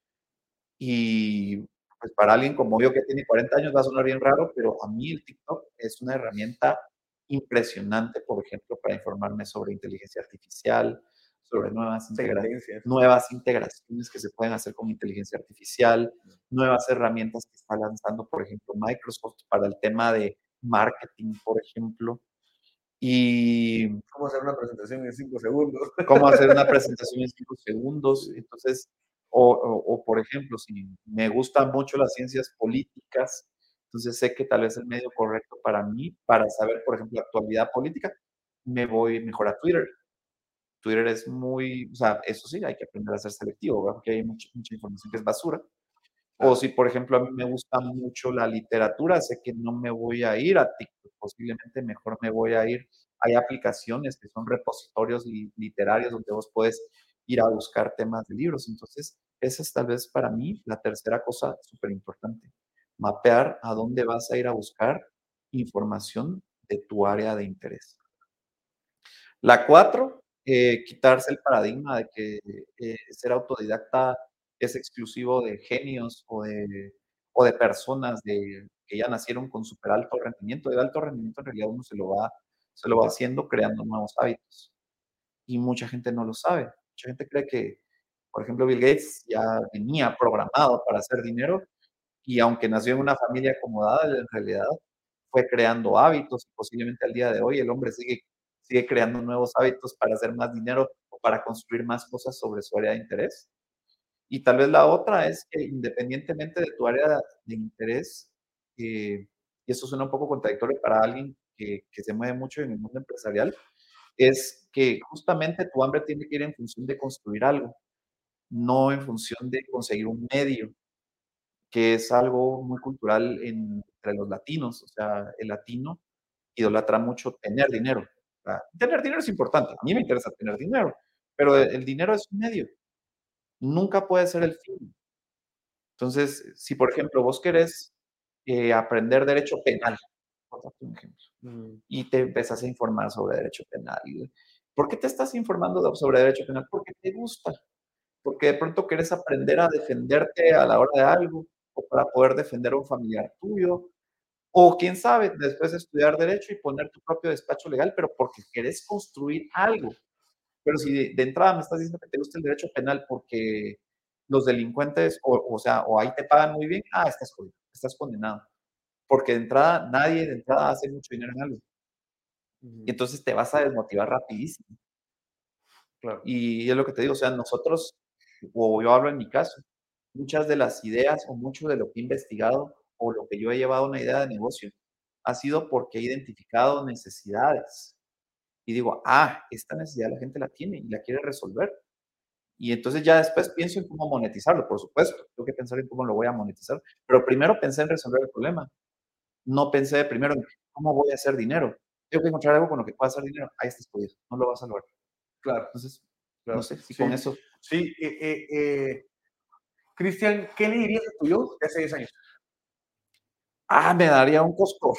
Y pues para alguien como yo que tiene cuarenta años va a sonar bien raro, pero a mí el TikTok es una herramienta impresionante, por ejemplo, para informarme sobre inteligencia artificial, sobre nuevas, integra Sentencias. nuevas integraciones que se pueden hacer con inteligencia artificial, nuevas herramientas que está lanzando, por ejemplo, Microsoft para el tema de marketing, por ejemplo, y Cómo hacer una presentación en cinco segundos. cómo hacer una presentación en cinco segundos. Entonces, O, o, o, por ejemplo, si me gustan mucho las ciencias políticas, entonces sé que tal vez el medio correcto para mí, para saber, por ejemplo, la actualidad política, me voy mejor a Twitter. Twitter es muy, o sea, eso sí, hay que aprender a ser selectivo, ¿verdad? Porque hay mucha, mucha información que es basura. O Claro, si, por ejemplo, a mí me gusta mucho la literatura, sé que no me voy a ir a TikTok, posiblemente mejor me voy a ir. Hay aplicaciones que son repositorios li- literarios donde vos puedes ir a buscar temas de libros. Entonces, esa es tal vez para mí la tercera cosa súper importante. Mapear a dónde vas a ir a buscar información de tu área de interés. La cuatro, eh, quitarse el paradigma de que eh, ser autodidacta es exclusivo de genios o de, o de personas de, que ya nacieron con súper alto rendimiento. De alto rendimiento en realidad uno se lo, va, se lo va haciendo creando nuevos hábitos. Y mucha gente no lo sabe. Mucha gente cree que, por ejemplo, Bill Gates ya venía programado para hacer dinero y aunque nació en una familia acomodada, en realidad fue creando hábitos y posiblemente al día de hoy el hombre sigue, sigue creando nuevos hábitos para hacer más dinero o para construir más cosas sobre su área de interés. Y tal vez la otra es que independientemente de tu área de interés, eh, y eso suena un poco contradictorio para alguien que, que se mueve mucho en el mundo empresarial, es que justamente tu hambre tiene que ir en función de construir algo, no en función de conseguir un medio que es algo muy cultural en- entre los latinos. O sea, el latino idolatra mucho tener dinero. O sea, tener dinero es importante. A mí me interesa tener dinero, pero el, claro, el dinero es un medio. Nunca puede ser el fin. Entonces, si por ejemplo vos querés eh, aprender derecho penal, por darte un ejemplo, mm, y te empezás a informar sobre derecho penal. ¿Por qué te estás informando de- sobre derecho penal? Porque te gusta, porque de pronto quieres aprender a defenderte a la hora de algo, o para poder defender a un familiar tuyo, o quién sabe, después de estudiar derecho y poner tu propio despacho legal, pero porque querés construir algo. Pero si de, de entrada me estás diciendo que te gusta el derecho penal porque los delincuentes, o, o sea, o ahí te pagan muy bien, ah, estás jodido, estás condenado. Porque de entrada, nadie de entrada hace mucho dinero en algo. Y mm, entonces te vas a desmotivar rapidísimo. claro, Y es lo que te digo, o sea, nosotros, o yo hablo en mi caso, muchas de las ideas o mucho de lo que he investigado o lo que yo he llevado a una idea de negocio ha sido porque he identificado necesidades. Y digo, ah, esta necesidad la gente la tiene y la quiere resolver. Y entonces ya después pienso en cómo monetizarlo, por supuesto. Tengo que pensar en cómo lo voy a monetizar. Pero primero pensé en resolver el problema. No pensé primero en cómo voy a hacer dinero. Tengo que encontrar algo con lo que pueda hacer dinero. Ahí estás jodido. No lo vas a lograr. claro, Entonces, no claro. sé si con Sí, eso. sí. Eh, eh, eh, Cristian, ¿qué le dirías a tu yo de hace diez años? Ah, me daría un cosco.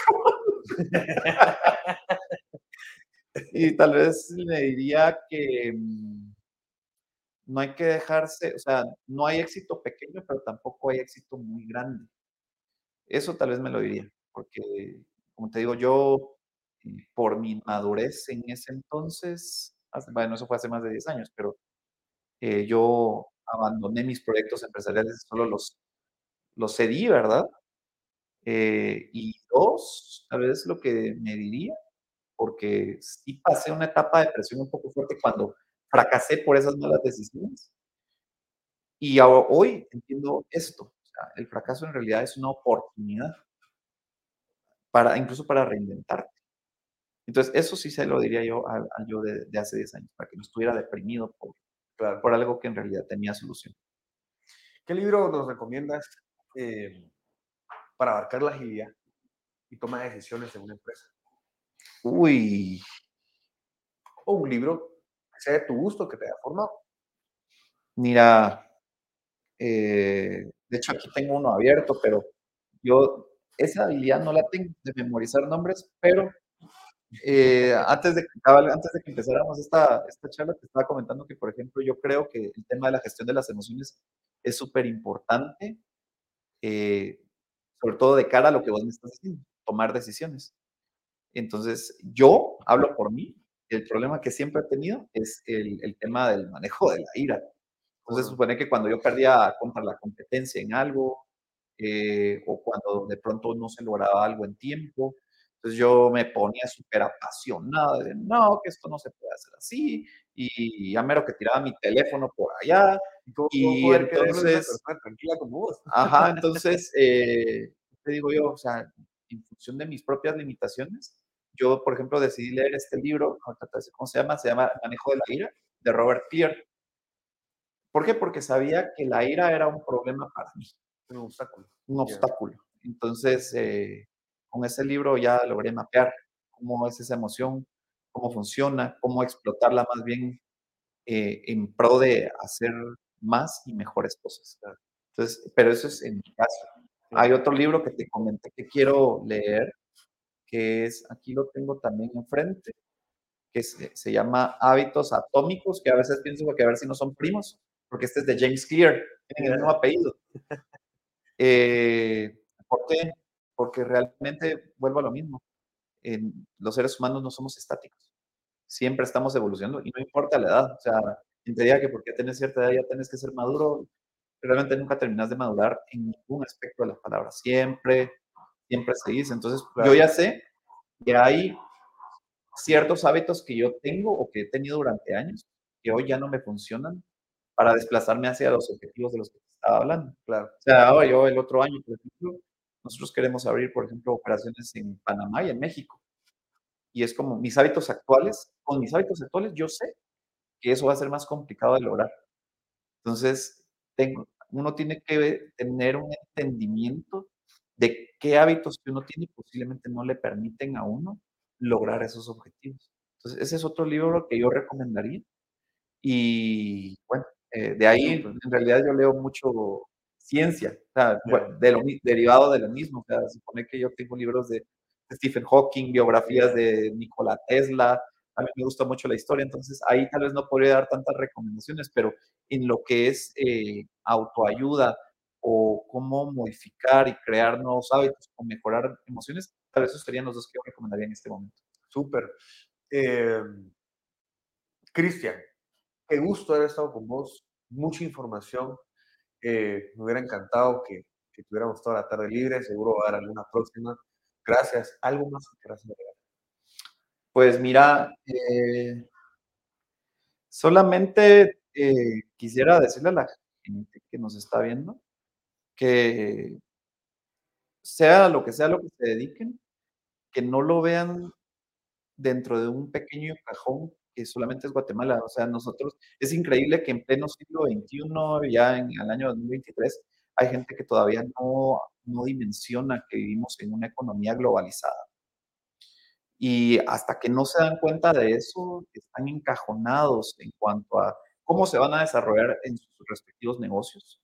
Y tal vez le diría que mm, no hay que dejarse, o sea, no hay éxito pequeño, pero tampoco hay éxito muy grande. Eso tal vez me lo diría, porque, como te digo, yo, eh, por mi madurez en ese entonces, hace- bueno, eso fue hace más de diez años, pero eh, yo abandoné mis proyectos empresariales, solo los, los cedí, ¿verdad? Eh, y dos, tal vez lo que me diría, porque sí pasé una etapa de depresión un poco fuerte cuando fracasé por esas malas decisiones. Y a- hoy entiendo esto, o sea, el fracaso en realidad es una oportunidad para, incluso para reinventarte. Entonces, eso sí se lo diría yo al, al yo de, de hace diez años, para que no estuviera deprimido por, Claro. por algo que en realidad tenía solución. ¿Qué libro nos recomiendas eh, para abarcar la agilidad y toma de decisiones en una empresa? Uy, O un libro que sea de tu gusto, que te haya formado. mira, eh, de hecho aquí tengo uno abierto, pero yo esa habilidad no la tengo de memorizar nombres, pero eh, antes, de, que- cabal, antes de que empezáramos esta, esta charla, te estaba comentando que, por ejemplo, yo creo que el tema de la gestión de las emociones es súper importante, eh, sobre todo de cara a lo que vos me estás diciendo, tomar decisiones. Entonces, yo hablo por mí, el problema que siempre he tenido es el, el tema del manejo de la ira. Entonces, Bueno, supone que cuando yo perdía contra la competencia en algo, eh, o cuando de pronto no se lograba algo en tiempo, entonces yo me ponía súper apasionado, de no, que esto no se puede hacer así, y ya mero que tiraba mi teléfono por allá, ¿Y cómo, cómo Y poder quererlo de una entonces, persona tranquila como vos? ajá, entonces, eh, te digo yo, o sea, en función de mis propias limitaciones, yo, por ejemplo, decidí leer este libro, ahorita te voy a decir cómo se llama, se llama Manejo de la ira, de Robert Pierre. ¿Por qué? Porque sabía que la ira era un problema para mí, Un obstáculo. un Ya, obstáculo. Entonces, eh, con ese libro ya logré mapear cómo es esa emoción, cómo funciona, cómo explotarla más bien eh, en pro de hacer más y mejores cosas. claro, Entonces, pero eso es en mi caso. Hay claro. otro libro que te comenté que quiero leer, que es, aquí lo tengo también enfrente, que se, se llama Hábitos Atómicos, que a veces pienso que a ver si no son primos, porque este es de James Clear, tienen el mismo Ya, apellido. Eh, ¿Por qué? Porque realmente vuelvo a lo mismo. En, los seres humanos no somos estáticos. Siempre estamos evolucionando y no importa la edad. O sea, quien te diga que porque tienes cierta edad ya tienes que ser maduro, realmente nunca terminas de madurar en ningún aspecto de las palabras. Siempre, siempre seguís. Entonces, yo claro, ya sé que hay ciertos hábitos que yo tengo o que he tenido durante años que hoy ya no me funcionan para desplazarme hacia los objetivos de los que te estaba hablando. claro. O sea, ahora yo el otro año, por ejemplo, nosotros queremos abrir, por ejemplo, operaciones en Panamá y en México. Y es como mis hábitos actuales, con mis hábitos actuales yo sé que eso va a ser más complicado de lograr. Entonces, tengo, uno tiene que tener un entendimiento de qué hábitos que uno tiene posiblemente no le permiten a uno lograr esos objetivos. Entonces, ese es otro libro que yo recomendaría. Y bueno, eh, de ahí Súper. en realidad yo leo mucho ciencia, o sea, Ya, bueno, de lo, derivado de lo mismo. O sea, se supone que yo tengo libros de Stephen Hawking, biografías ya, de Nikola Tesla. A mí me gusta mucho la historia, entonces ahí tal vez no podría dar tantas recomendaciones, pero en lo que es eh, autoayuda o cómo modificar y crear nuevos hábitos o mejorar emociones, tal vez esos serían los dos que yo recomendaría en este momento. súper. Eh, Cristian, qué gusto haber estado con vos. Mucha información. Eh, me hubiera encantado que, que tuviéramos toda la tarde libre. Seguro va a haber alguna próxima. Gracias. ¿Algo más que quieras agregar? Pues mira, eh, solamente eh, quisiera decirle a la gente que nos está viendo que sea lo que sea lo que se dediquen, que no lo vean dentro de un pequeño cajón que solamente es Guatemala. O sea, nosotros, es increíble que en pleno siglo veintiuno, ya en el año dos mil veintitrés, hay gente que todavía no, no dimensiona que vivimos en una economía globalizada. Y hasta que no se dan cuenta de eso, están encajonados en cuanto a cómo se van a desarrollar en sus respectivos negocios.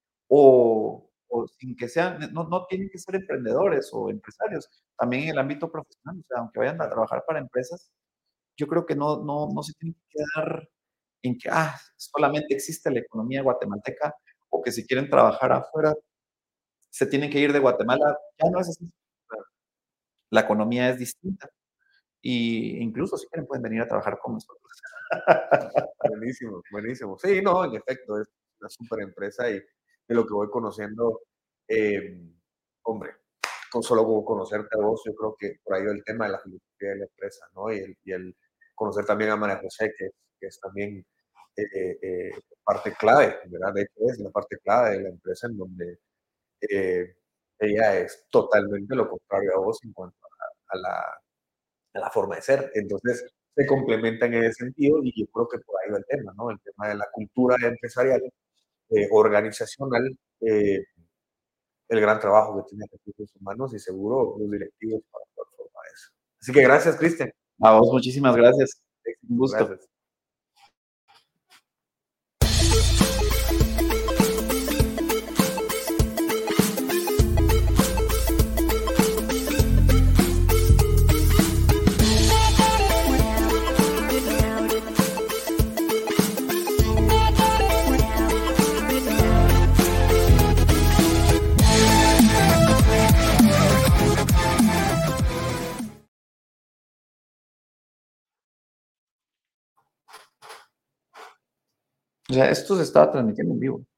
O, o sin que sean, no, no tienen que ser emprendedores o empresarios, también en el ámbito profesional. O sea, aunque vayan a Claro, trabajar para empresas, yo creo que no, no, no se tienen que quedar en que ah, solamente existe la economía guatemalteca o que si quieren trabajar afuera se tienen que ir de Guatemala. Ya no es así. claro. La economía es distinta. Y incluso si quieren pueden venir a trabajar con nosotros. Buenísimo, buenísimo. Sí, no, en efecto, es una súper empresa y de lo que voy conociendo, eh, hombre, con solo como conocerte a vos, yo creo que por ahí va el tema de la filosofía de la empresa, ¿no? Y el, y el conocer también a María José, que, que es también eh, eh, parte clave, ¿verdad? De hecho, es la parte clave de la empresa en donde eh, ella es totalmente lo contrario a vos en cuanto a, a la, a la forma de ser. Entonces, se complementan en ese sentido y yo creo que por ahí va el tema, ¿no? El tema de la cultura empresarial, eh, organizacional, eh, el gran trabajo que tienen recursos humanos y seguro los directivos para poder formar eso. Así que gracias, Cristian. A vos muchísimas gracias. Un gusto. Gracias. O sea, esto se estaba transmitiendo en vivo.